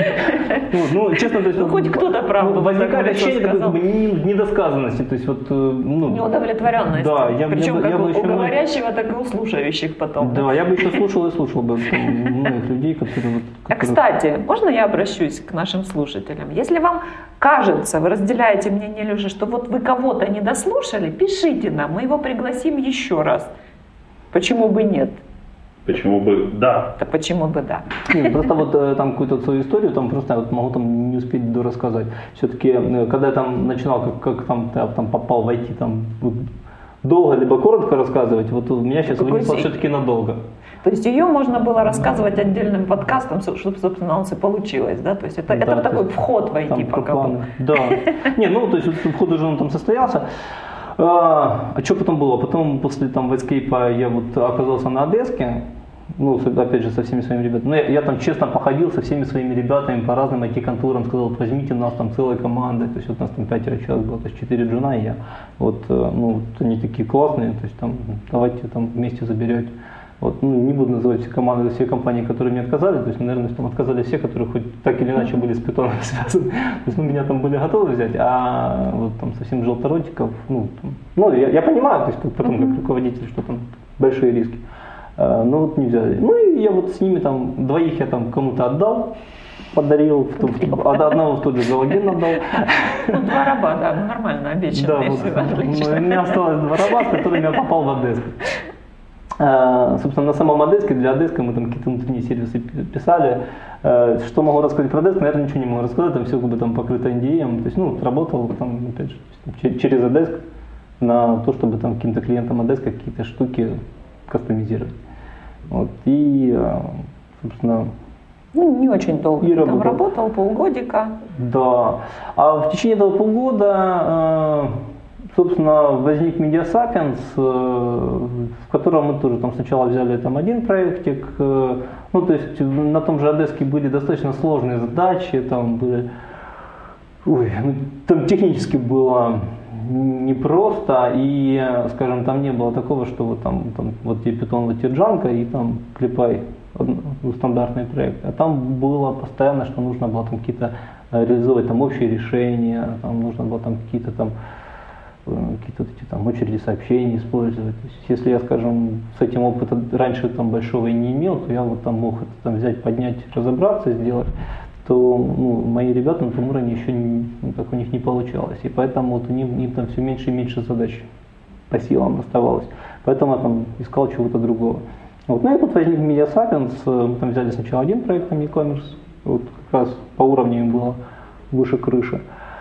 Ну, честно, то есть, ну, хоть кто-то правду возникает ощущение такой как бы недосказанности, то есть вот, ну, неудовлетворенности. Да, я, причем я, как я у, бы у говорящего, так и у слушающих потом. Да, да, я бы еще слушал и слушал бы многих людей, которые... Вот, которые... А, кстати, можно я обращусь к нашим слушателям? Если вам кажется, вы разделяете мнение Леши, что вот вы кого-то не дослушали, пишите нам, мы его пригласим еще раз. Почему бы нет? Почему бы да? Да почему бы да? Нет, просто вот там какую-то свою историю, там просто я вот могу там не успеть дорассказать. Все-таки, когда я там начинал, как, как там, я там попал в ай ти, там вот, долго либо коротко рассказывать, вот у меня сейчас вынесло все-таки надолго. То есть ее можно было рассказывать отдельным подкастом, чтобы, собственно, у нас и получилось, да? То есть это, да, это такой вход в ай ти пока был. Да. Не, ну то есть вход уже он там состоялся. А, а что потом было? Потом после там Whitescape я вот оказался на Одеске, ну опять же со всеми своими ребятами. Ну, я, я там честно походил со всеми своими ребятами по разным ай ти-конторам, сказал, вот возьмите нас там целой командой, то есть вот у нас там пятеро человек было, то есть четыре джуна и я. Вот, ну вот они такие классные, то есть там давайте там вместе заберете. Вот, ну, не буду называть все команды, все компании, которые мне отказали, то есть, наверное, там отказали все, которые хоть так или иначе были с питоном связаны. То есть, ну, меня там были готовы взять, а вот там совсем желторотиков, ну, там, ну я, я понимаю, то есть, потом как руководитель, что там большие риски, а, но вот не взяли. Ну, и я вот с ними там, двоих я там кому-то отдал, подарил, от одного в тот же галоген отдал. Ну, два раба, да, ну нормально, обещанные. Да, вот, у меня осталось два раба, с которыми я попал в Одессу. А, собственно, на самом Одеске, для Одеска мы там какие-то внутренние сервисы писали. А, что могу рассказать про Одеск? Наверное, ничего не могу рассказать, там все как бы там покрыто эн ди эм. То есть, ну, работал там, опять же, через Одеск на то, чтобы там каким-то клиентам Одеска какие-то штуки кастомизировать. Вот. И, собственно, ну, не очень долго. И Ты работал. Там работал полгодика. Да. А в течение этого полгода, собственно, возник Media Sapiens, в котором мы тоже там сначала взяли там один проектик. Ну, то есть на том же Одеске были достаточно сложные задачи, там были, ой, ну, там технически было непросто, и, скажем, там не было такого, что вот там, там вот тебе Python, вот тебе Django, и там клепай ну, стандартный проект. А там было постоянно, что нужно было там какие-то реализовать там общие решения, там нужно было там какие-то там какие-то вот эти там очереди сообщений использовать. То есть, если я, скажем, с этим опыта раньше там большого и не имел, то я вот там мог это там взять, поднять, разобраться, сделать, то ну, мои ребята на том уровне еще не, ну, так у них не получалось. И поэтому вот у них, им там все меньше и меньше задач по силам оставалось. Поэтому я там искал чего-то другого. Вот. Ну и тут возник Media Sapiens, мы там взяли сначала один проект, там e-commerce, вот как раз по уровню им было выше крыши.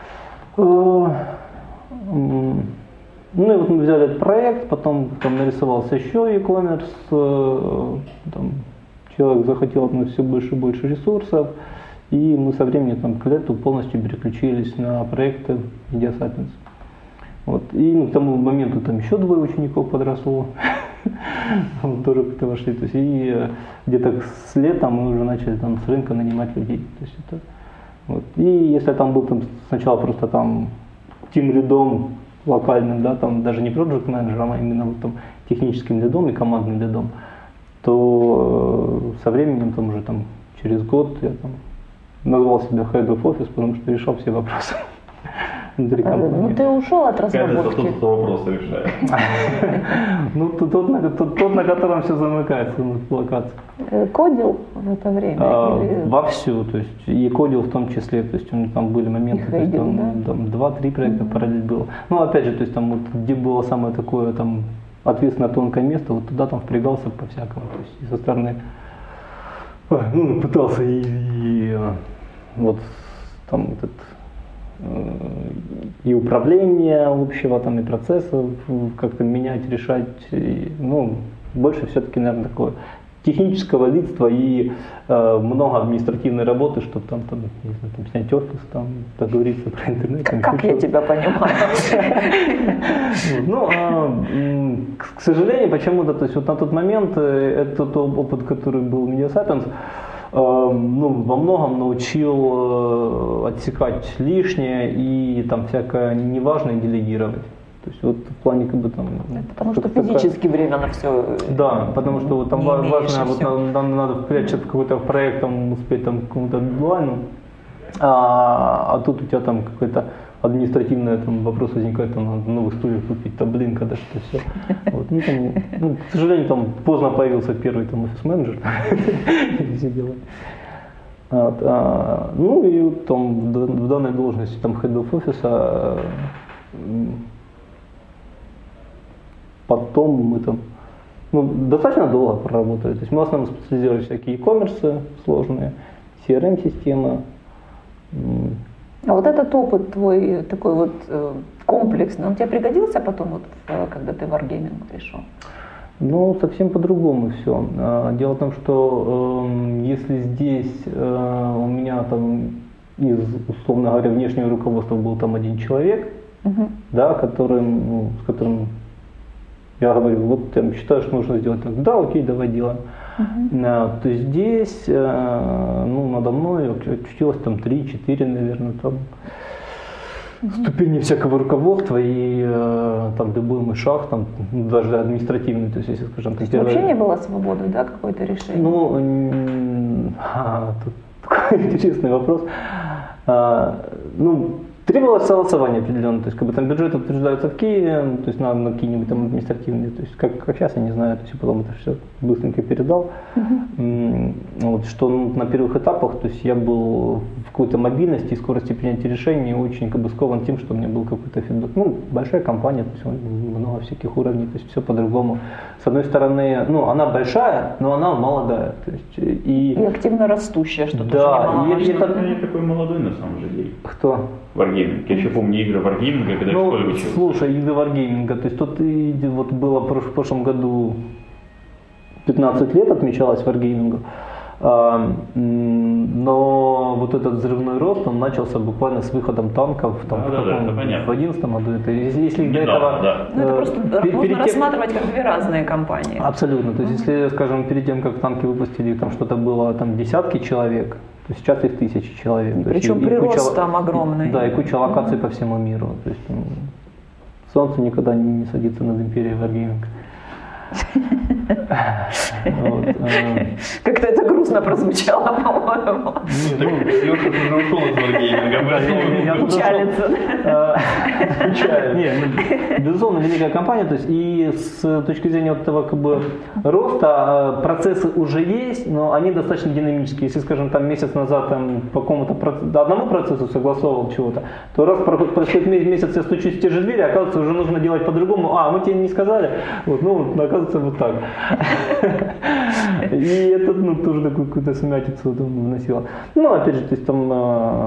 Ну и вот мы взяли этот проект, потом там нарисовался еще e-commerce, там, человек захотел от нас все больше и больше ресурсов, и мы со временем там, к лету полностью переключились на проекты Media Sapiens. Вот. И ну, к тому моменту там еще двое учеников подросло, тоже как-то вошли. То есть, и где-то с лета мы уже начали там, с рынка нанимать людей. То есть, это, вот. И если там был там, сначала просто там тим-лидом локальным, да, там даже не проект-менеджером, а именно вот, там, техническим лидом и командным лидом, то э, со временем там уже там, через год я там, назвал себя Head of Office, потому что решал все вопросы внутри компании. Ну ты ушел от разработки. Кажется, тот, кто вопросы решает. Ну тот, на котором все замыкается, локация. Кодил в это время? Вовсю, то есть и кодил в том числе, то есть там были моменты, то есть там два-три проекта параллель было. Ну опять же, то есть там вот где было самое такое там ответственное тонкое место, вот туда там впрягался по-всякому, то есть и со стороны, ну пытался и, и вот там этот и управление общего там и процессов как-то менять, решать, и, ну больше все-таки, наверное, такое технического лидства и э, много административной работы, чтобы там, там, не знаю, там снять офис, там договориться про интернет. Как, как я тебя понимаю? Ну, к сожалению, почему-то, то есть вот на тот момент этот опыт, который был в Media Sapiens, ну, во многом научил отсекать лишнее и там всякое неважное делегировать. То есть вот в плане как бы там... Потому что физически такая... время на все... Да, потому что вот, там важно, вот, нам, нам надо впрячься в какой-то проект, там, успеть там к какому-то дедлайну, а, а тут у тебя там какой-то административный там, вопрос возникает, там, надо новых стульев купить, там, блин, когда что-то все. Вот, ну, там, ну, к сожалению, там поздно появился первый там офис-менеджер, все дела. Вот, а, ну и там в данной должности там head of office, потом мы там ну, достаточно долго проработали. То есть мы в основном специализировались всякие e-commerce сложные, си ар эм-система. А вот этот опыт твой такой вот комплексный, он тебе пригодился потом, вот, когда ты в Wargaming пришел? Ну, совсем по-другому все. Дело в том, что э, если здесь э, у меня там из, условно говоря, внешнего руководства был там один человек, uh-huh. да, которым, ну, с которым я говорю, вот я считаю, что нужно сделать так. Да, окей, давай делаем. Uh-huh. А, то есть здесь, э, ну, надо мной очутилось там три-четыре, наверное, там uh-huh. ступени всякого руководства и э, там любой мой шаг, там даже административный, то есть если, скажем, так, вообще не было свободы, да, какое-то решение? Ну, м- а, тут такой интересный вопрос. А, ну, Требовалось согласование определенное, то есть как бы там бюджет утверждается в Киеве, то есть на, на какие-нибудь там административные, то есть как, как сейчас, я не знаю, то есть потом это все быстренько передал. Uh-huh. Вот, что ну, на первых этапах, то есть я был в какой-то мобильности и скорости принятия решений очень как бы скован тем, что у меня был какой-то фидбэк. Ну, большая компания, то есть много всяких уровней, то есть все по-другому. С одной стороны, ну, она большая, но она молодая. То есть, и, и активно растущая, что да, тоже немаловажно. И это не такой молодой на самом деле. Кто? Wargaming. Я еще помню игры Wargaming, когда ну, в школе учился. Слушай, игры Wargaming, то есть тут и, вот было в прошлом году пятнадцать лет отмечалось Wargaming, а, но вот этот взрывной рост, он начался буквально с выходом танков там, да, в, да, каком, да, в одиннадцатом году. Это, если до этого, да. Ну, это просто перед, можно перед рассматривать как две разные компании. Абсолютно. То есть, Mm-hmm. если, скажем, перед тем, как танки выпустили, там что-то было там десятки человек, то сейчас их тысячи человек. И причем есть, прирост куча, там огромный. Да, и куча локаций mm-hmm. по всему миру. То есть, ну, солнце никогда не, не садится над империей Wargaming. Как-то это грустно прозвучало, по-моему. Леша уже ушел из Wargaming. Печалится. Нет, безусловно, великая компания, то есть и с точки зрения вот этого как бы роста процессы уже есть, но они достаточно динамические. Если, скажем, там месяц назад там по какому-то одному процессу согласовывал чего-то, то раз происходит месяц, я стучусь в те же двери, оказывается, уже нужно делать по-другому. А, мы тебе не сказали. Вот, ну, оказывается, вот так. И это, ну, тоже такую какую-то сумятицу вносило. Ну, опять же, то есть там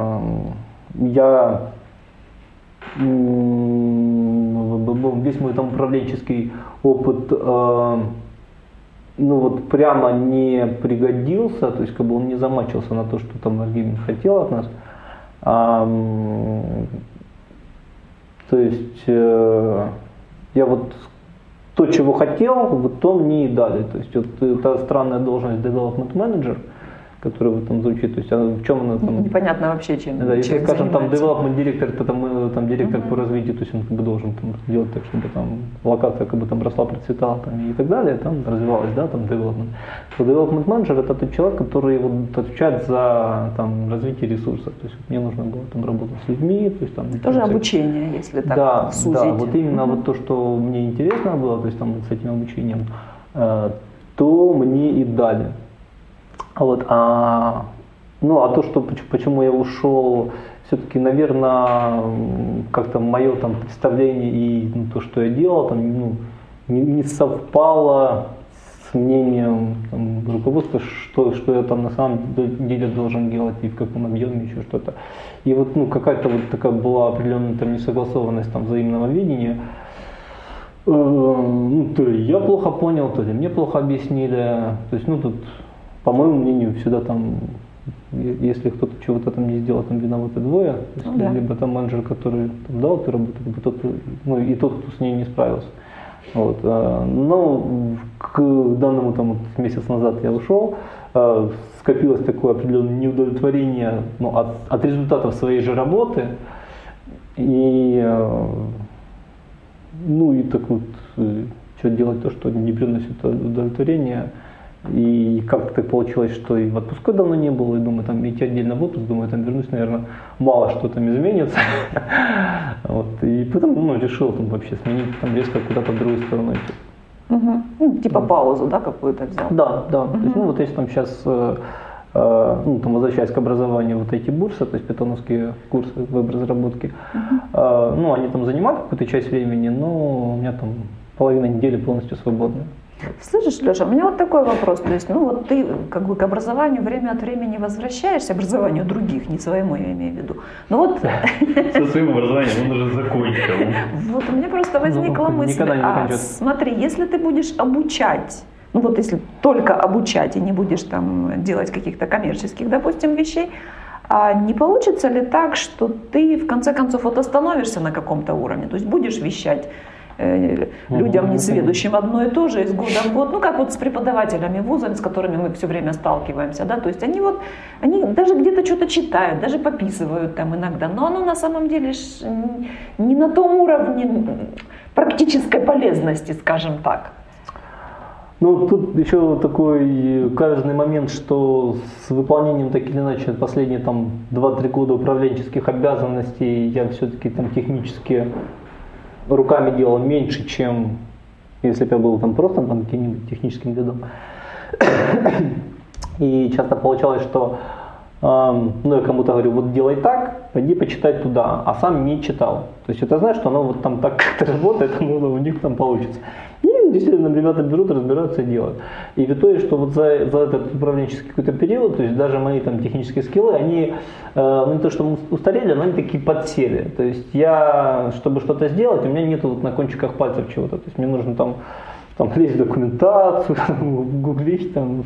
я весь мой там управленческий опыт, ну вот прямо не пригодился, то есть как бы он не замачился на то, что там Wargaming хотел от нас. А, то есть я вот то, чего хотел, вот то мне и дали. То есть вот та странная должность development manager, которая в этом звучит, то есть она, в чем она там... Непонятно вообще, чем, да, если, чем скажем, там занимается. development директор, то там, там директор Uh-huh. по развитию, то есть он как бы должен там, делать так, чтобы там локация как бы там росла, процветала там, и так далее, там развивалась, да, там development. То development manager это тот человек, который вот отвечает за там развитие ресурсов, то есть вот, мне нужно было там работать с людьми, то есть там... Тоже там, обучение, если так да, сузить. Да, вот именно uh-huh. вот то, что мне интересно было, то есть там с этим обучением, э, то мне и дали. Вот, а Ну, а то, что, почему я ушел, все-таки, наверное, как-то мое там представление и ну, то, что я делал, там, ну, не, не совпало с мнением там, руководства, что, что я там на самом деле должен делать и в каком объеме, еще что-то. И вот ну, какая-то вот такая была определенная там, несогласованность там, взаимного видения. Ну, то ли я плохо понял, то ли мне плохо объяснили. То есть, ну, тут, по моему мнению, всегда там... Если кто-то чего-то там не сделал, там виноваты двое, то есть, да. Либо там менеджер, который там, дал эту работу, либо тот, ну, и тот, кто с ней не справился. Вот. Но к данному там, вот, месяц назад я ушел, скопилось такое определенное неудовлетворение ну, от, от результатов своей же работы, и, ну, и так вот, что делать то, что не приносит удовлетворения. И как-то так получилось, что и в отпуске давно не было, и думаю, там идти отдельно в отпуск, думаю, там вернусь, наверное, мало что там изменится. Вот. И потом ну, решил там вообще сменить, там резко куда-то в другую сторону идти. Угу. Ну, типа паузу, да, какую-то взял? Да, да. Угу. То есть, ну вот если там сейчас, э, э, ну там возвращаясь к образованию, вот эти бурсы, то есть питоновские курсы веб-разработки, угу. э, ну они там занимают какую-то часть времени, но у меня там половина недели полностью свободная. Слышишь, Леша, у меня вот такой вопрос, то есть, ну вот ты как бы к образованию время от времени возвращаешься, образованию других, не своему я имею в виду, ну вот... Со своим образованием он уже закончил. Вот у меня просто возникла мысль, а смотри, если ты будешь обучать, ну вот если только обучать и не будешь там делать каких-то коммерческих, допустим, вещей, а не получится ли так, что ты в конце концов вот остановишься на каком-то уровне, то есть будешь вещать людям несведущим одно и то же из года в год, ну как вот с преподавателями вуза, с которыми мы все время сталкиваемся, да, то есть они вот, они даже где-то что-то читают, даже пописывают там иногда, но оно на самом деле не на том уровне практической полезности, скажем так. Ну, тут еще такой каверзный момент, что с выполнением, так или иначе, последние там два-три года управленческих обязанностей я все-таки там технически руками делал меньше, чем если бы я был там просто там каким-нибудь техническим лидом. И часто получалось, что э, ну, я кому-то говорю, вот делай так, пойди почитай туда, а сам не читал. То есть это знаешь, что оно вот там так как-то работает, ну, у них там получится. И действительно ребята берут, разбираются и делают. И в итоге, что вот за, за этот управленческий какой-то период, то есть даже мои там технические скиллы, они э, ну не то что устарели, но они такие подсели. То есть я, чтобы что-то сделать, у меня нету вот на кончиках пальцев чего-то. То есть мне нужно там там лезть в документацию, гуглить, там,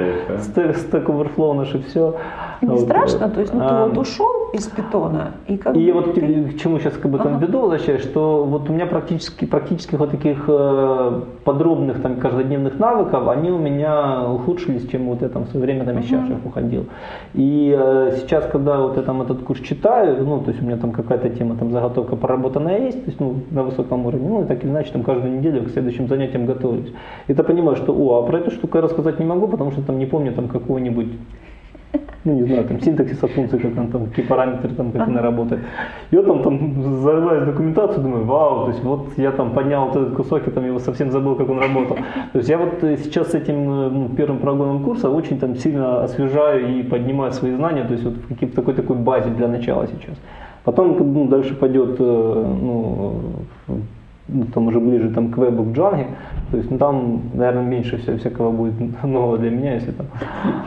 Stack Overflow наше все. Не вот. страшно? То есть ну, ты а, вот ушел из питона и как И бы вот ты... к чему сейчас как бы там ага. веду, возвращаюсь, что вот у меня практически, практически вот таких э, подробных там каждодневных навыков, они у меня ухудшились, чем вот я там в свое время там из чашек uh-huh. уходил. И э, сейчас, когда вот я там этот курс читаю, ну, то есть у меня там какая-то тема, там заготовка проработанная есть, то есть ну, на высоком уровне, ну, и так или иначе там каждую неделю к следующим занятиям готовлюсь. И ты понимаешь, что, о, а про эту штуку я рассказать не могу, потому что там не помню там какого-нибудь, ну не знаю, там синтаксиса функции, как он там, какие параметры там, как она работает. И вот там, там зарываюсь в документацию, думаю, вау, то есть вот я там поднял вот этот кусок и там его совсем забыл, как он работал. То есть я вот сейчас с этим ну, первым прогоном курса очень там сильно освежаю и поднимаю свои знания, то есть вот в какой-то такой, такой базе для начала сейчас. Потом ну, дальше пойдет, ну, ну, там уже ближе там, к вебу, к Django, то есть ну, там, наверное, меньше всего, всякого будет нового для меня, если там.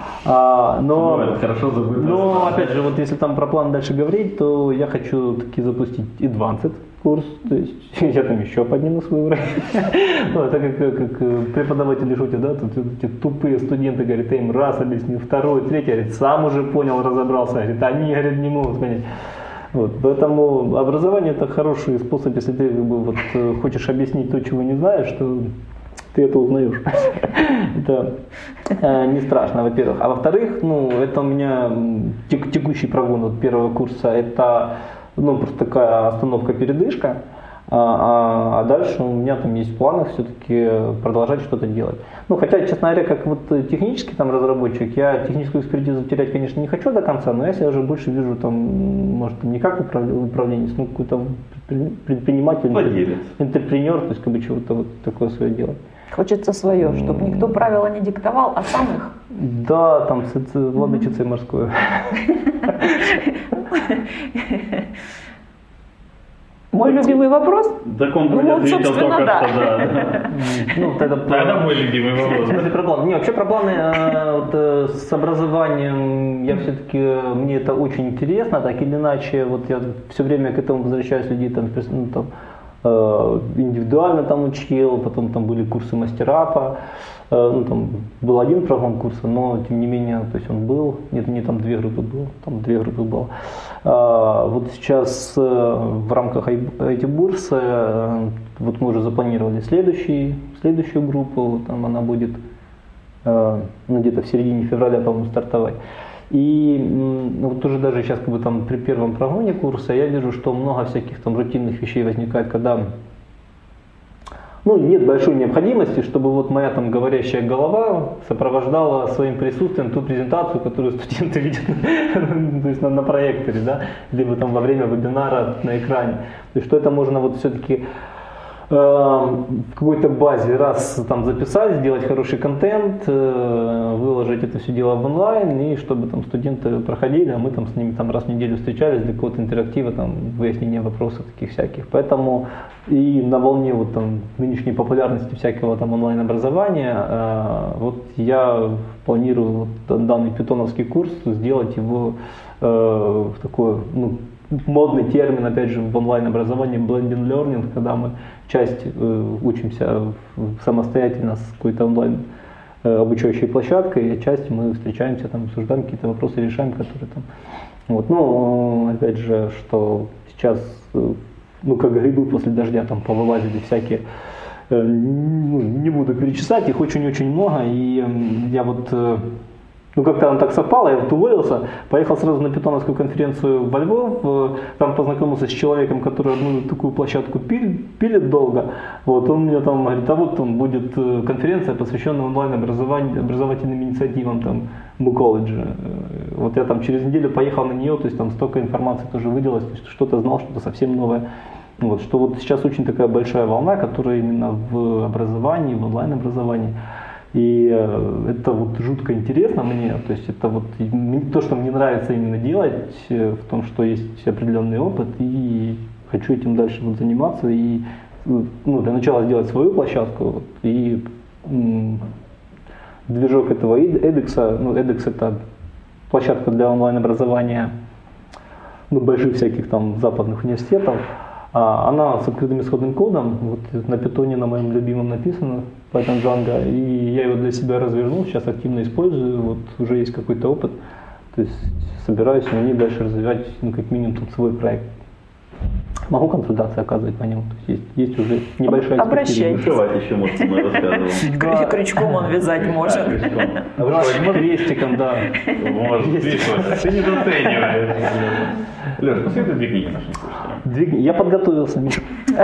А, но, ну, это хорошо забыто. Но, опять же, вот если там про план дальше говорить, то я хочу таки запустить Advanced курс, то есть я там еще подниму свой уровень. Ну, это как, как преподаватели шутят, да, тут эти тупые студенты, говорят, я им раз объяснил, второй, третий, говорит, сам уже понял, разобрался, говорит, они, говорит, не могут понять. Вот, поэтому образование это хороший способ, если ты как бы, вот, хочешь объяснить то, чего не знаешь, то ты это узнаешь. Это э, не страшно, во-первых. А во-вторых, ну, это у меня тек- текущий прогон вот, первого курса, это ну, просто такая остановка-передышка. А, а, а дальше у меня там есть в планах все-таки продолжать что-то делать. Ну, хотя, честно говоря, как вот технический там разработчик, я техническую экспертизу терять, конечно, не хочу до конца, но я себя уже больше вижу там, может, не как управленец, ну, какой-то предприниматель, владелец, интерпренер, то есть как бы чего-то вот такое свое делать. Хочется свое, чтобы никто правила не диктовал, а сам их. Да, там с, с владычицей mm-hmm. морской. Мой любимый вопрос? Так он ну, вот, ответил только да. что, да. Ну, это, это мой любимый вопрос. Смотри, про планы. Не, вообще про планы вот, с образованием, я все-таки, мне это очень интересно, так или иначе, вот я все время к этому возвращаюсь, людей там, ну, там индивидуально там учил, потом там были курсы мастерапа, ну, там был один программ курса, но тем не менее, то есть он был, нет, не там две группы было, там две группы было. А, вот сейчас в рамках ай ти-бурсы вот мы уже запланировали следующий, следующую группу, там она будет ну, где-то в середине февраля, по-моему, стартовать. И ну, вот уже даже сейчас как бы там при первом прогоне курса я вижу, что много всяких там рутинных вещей возникает, когда ну, нет большой необходимости, чтобы вот моя там говорящая голова сопровождала своим присутствием ту презентацию, которую студенты видят то есть на, на проекторе, да, либо там во время вебинара на экране. То есть что это можно вот все-таки в какой-то базе раз там записать, сделать хороший контент, выложить это все дело в онлайн, и чтобы там студенты проходили, а мы там с ними там раз в неделю встречались для какого-то интерактива, там выяснения вопросов таких всяких. Поэтому и на волне вот там нынешней популярности всякого там онлайн-образования, вот я планирую вот данный питоновский курс сделать его в такой, ну, модный термин, опять же, в онлайн-образовании blended learning, когда мы часть э, учимся в, самостоятельно с какой-то онлайн э, обучающей площадкой, а часть мы встречаемся, там, обсуждаем какие-то вопросы, решаем, которые там. Вот. Ну, опять же, что сейчас, э, ну, как грибы после дождя там повылазили всякие, э, ну, не буду перечислять, их очень-очень много, и э, я вот э, ну как-то оно так совпало, я вот уволился, поехал сразу на питоновскую конференцию во Львов, там познакомился с человеком, который одну такую площадку пилит, пилит долго. Вот, он мне там говорит, а вот там будет конференция, посвященная онлайн-образованию, образовательным инициативам там в колледже. Вот я там через неделю поехал на нее, то есть там столько информации тоже выделилось, то есть что-то знал, что-то совсем новое. Вот, что вот сейчас очень такая большая волна, которая именно в образовании, в онлайн-образовании. И э, это вот жутко интересно мне, то есть это вот то, что мне нравится именно делать, э, в том, что есть определенный опыт, и хочу этим дальше вот заниматься, и ну, для начала сделать свою площадку, вот, и м, движок этого эдекса, ну эдекс это площадка для онлайн-образования, ну, больших всяких там западных университетов. Она с открытым исходным кодом, вот на питоне на моем любимом написано, Python Django, и я его для себя развернул, сейчас активно использую, вот уже есть какой-то опыт, то есть собираюсь на ней дальше развивать, ну, как минимум тут свой проект. Могу консультации оказывать по нему, то есть, есть, есть уже небольшая экспертиза. Вышивать еще может, мы рассказывал. Крючком он вязать может. Крестиком, да. Может, ты не зацениваешь. Леш, посоветуй две книги нашим слушателям. Я подготовился, Миша.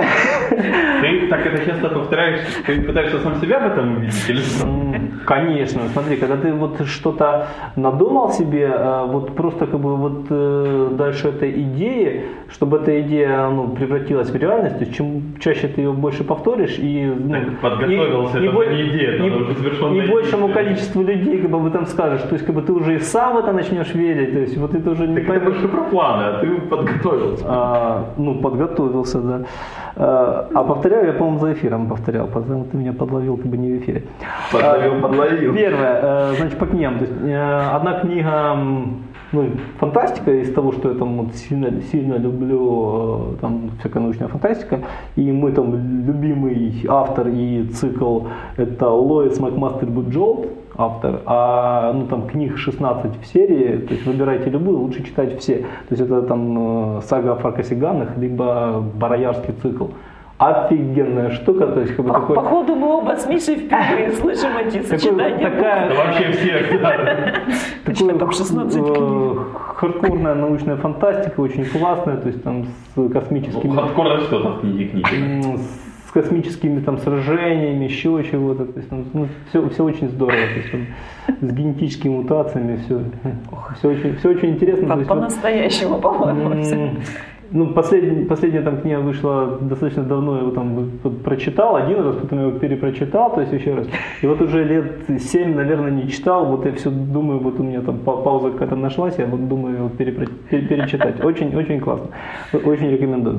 Ты так это часто повторяешь, ты пытаешься сам себя в этом увидеть или что? Конечно, смотри, когда ты вот что-то надумал себе, вот просто как бы вот дальше этой идеи, чтобы эта идея, ну, превратилась в реальность, то есть чем чаще ты ее больше повторишь и, ну, подготовился, и, это и, не идея, это и, уже завершенная и большему идея. количеству людей как бы об этом скажешь, то есть как бы ты уже и сам в это начнешь верить, то есть вот это уже не так это больше про планы, а ты подготовился. А, ну, подготовился, да. А, а повторяю, я, по-моему, за эфиром повторял, потому ты меня подловил как бы не в эфире. Подловил, подловил. Первое, значит, по книгам. То есть, одна книга, ну, фантастика, из того, что я там вот сильно, сильно люблю, там всякая научная фантастика, и мой там любимый автор и цикл это Лоис Макмастер Буджолт, автор, а ну там книг шестнадцать в серии, то есть выбирайте любую, лучше читать все. То есть это там сага о фаркасиганах, либо бароярский цикл. Офигенная штука, то есть как бы По, такой... Походу мы оба с Мишей впервые слышим эти сочетания. Такая... Да вообще все, Такое там шестнадцать книг. Хардкорная научная фантастика, очень классная, то есть там с космическими... Хардкорно что там в книге книги? С космическими там сражениями, еще чего-то, то есть там, ну, все, все очень здорово, то есть, там, с генетическими мутациями, все, все, очень, все очень интересно. По, по-настоящему, вот, по-моему. Ну, последняя, последняя там книга вышла достаточно давно, я его там прочитал один раз, потом я его перепрочитал, то есть еще раз. И вот уже лет семь, наверное, не читал, вот я все думаю, вот у меня там пауза какая-то нашлась, я вот думаю его перепро- перечитать. Очень, очень классно, очень рекомендую.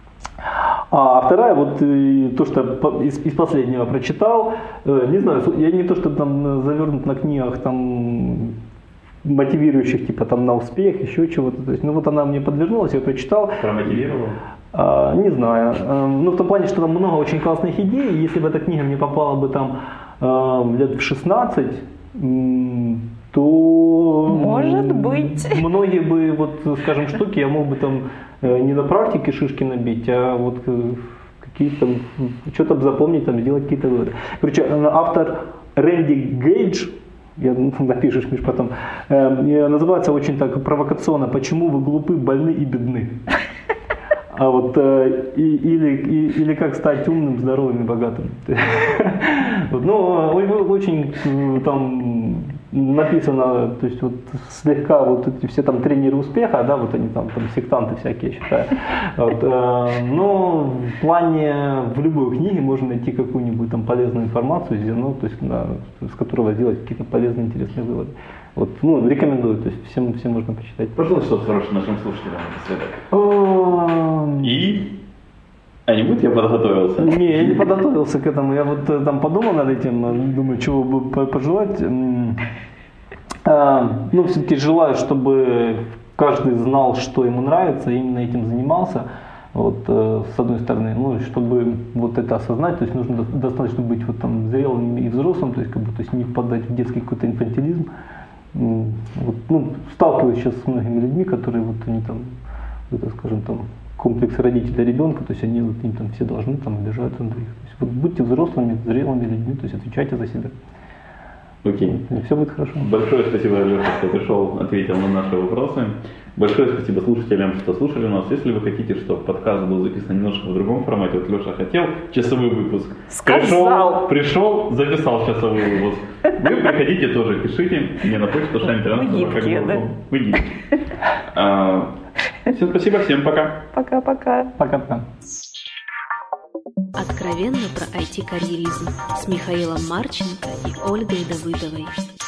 А вторая, вот то, что из, из последнего прочитал, не знаю, я не то, что там завернут на книгах там мотивирующих, типа там на успех, еще чего-то. То есть, ну вот она мне подвернулась, я прочитал. Промотивировала? А, не знаю. А, ну в том плане, что там много очень классных идей, и если бы эта книга мне попала бы там а, лет в шестнадцать, то... Может быть. Многие бы, вот, скажем, штуки я мог бы там не на практике шишки набить, а вот какие-то, что-то запомнить, там, сделать какие-то выводы. Короче, автор Рэнди Гейдж, я, напишешь, Миш, потом, э, называется очень так провокационно «Почему вы глупы, больны и бедны?» А вот, э, и, или, и, или как стать умным, здоровым и богатым. Ну, очень там написано, то есть вот слегка вот эти все там тренеры успеха, да, вот они там, там сектанты всякие, я считаю. Вот, э, но в плане, в любой книге можно найти какую-нибудь там полезную информацию, зерно, то есть на, с которого сделать какие-то полезные, интересные выводы. Вот, ну, рекомендую, то есть всем, всем можно почитать. Пожалуйста, что-то хорошее нашим слушателям напоследок. И? А не будет, я подготовился? Не, я не подготовился к этому. Я вот там подумал над этим, думаю, чего бы пожелать. Ну, все-таки желаю, чтобы каждый знал, что ему нравится, и именно этим занимался. Вот, с одной стороны, ну, чтобы вот это осознать, то есть нужно достаточно быть вот там зрелым и взрослым, то есть, как бы, то есть не впадать в детский какой-то инфантилизм. Вот, ну, сталкиваюсь сейчас с многими людьми, которые вот они там, это, скажем, там, комплекс родителя ребенка, то есть они вот, им там все должны там обижаться на других. То есть, вот, будьте взрослыми, зрелыми людьми, то есть отвечайте за себя. Окей. И все будет хорошо. Большое спасибо, Леша, что пришел, ответил на наши вопросы. Большое спасибо слушателям, что слушали нас. Если вы хотите, чтобы подкаст был записан немножко в другом формате, вот Леша хотел часовой выпуск. Сказал. Пришел, пришел, записал часовой выпуск. Вы приходите тоже, пишите мне на почту шами тринадцать. Вы гибкие, да? Вы гибкие. Всем спасибо, всем пока. Пока-пока. Пока-пока. Откровенно про ай ти-карьеризм с Михаилом Марченко и Ольгой Давыдовой.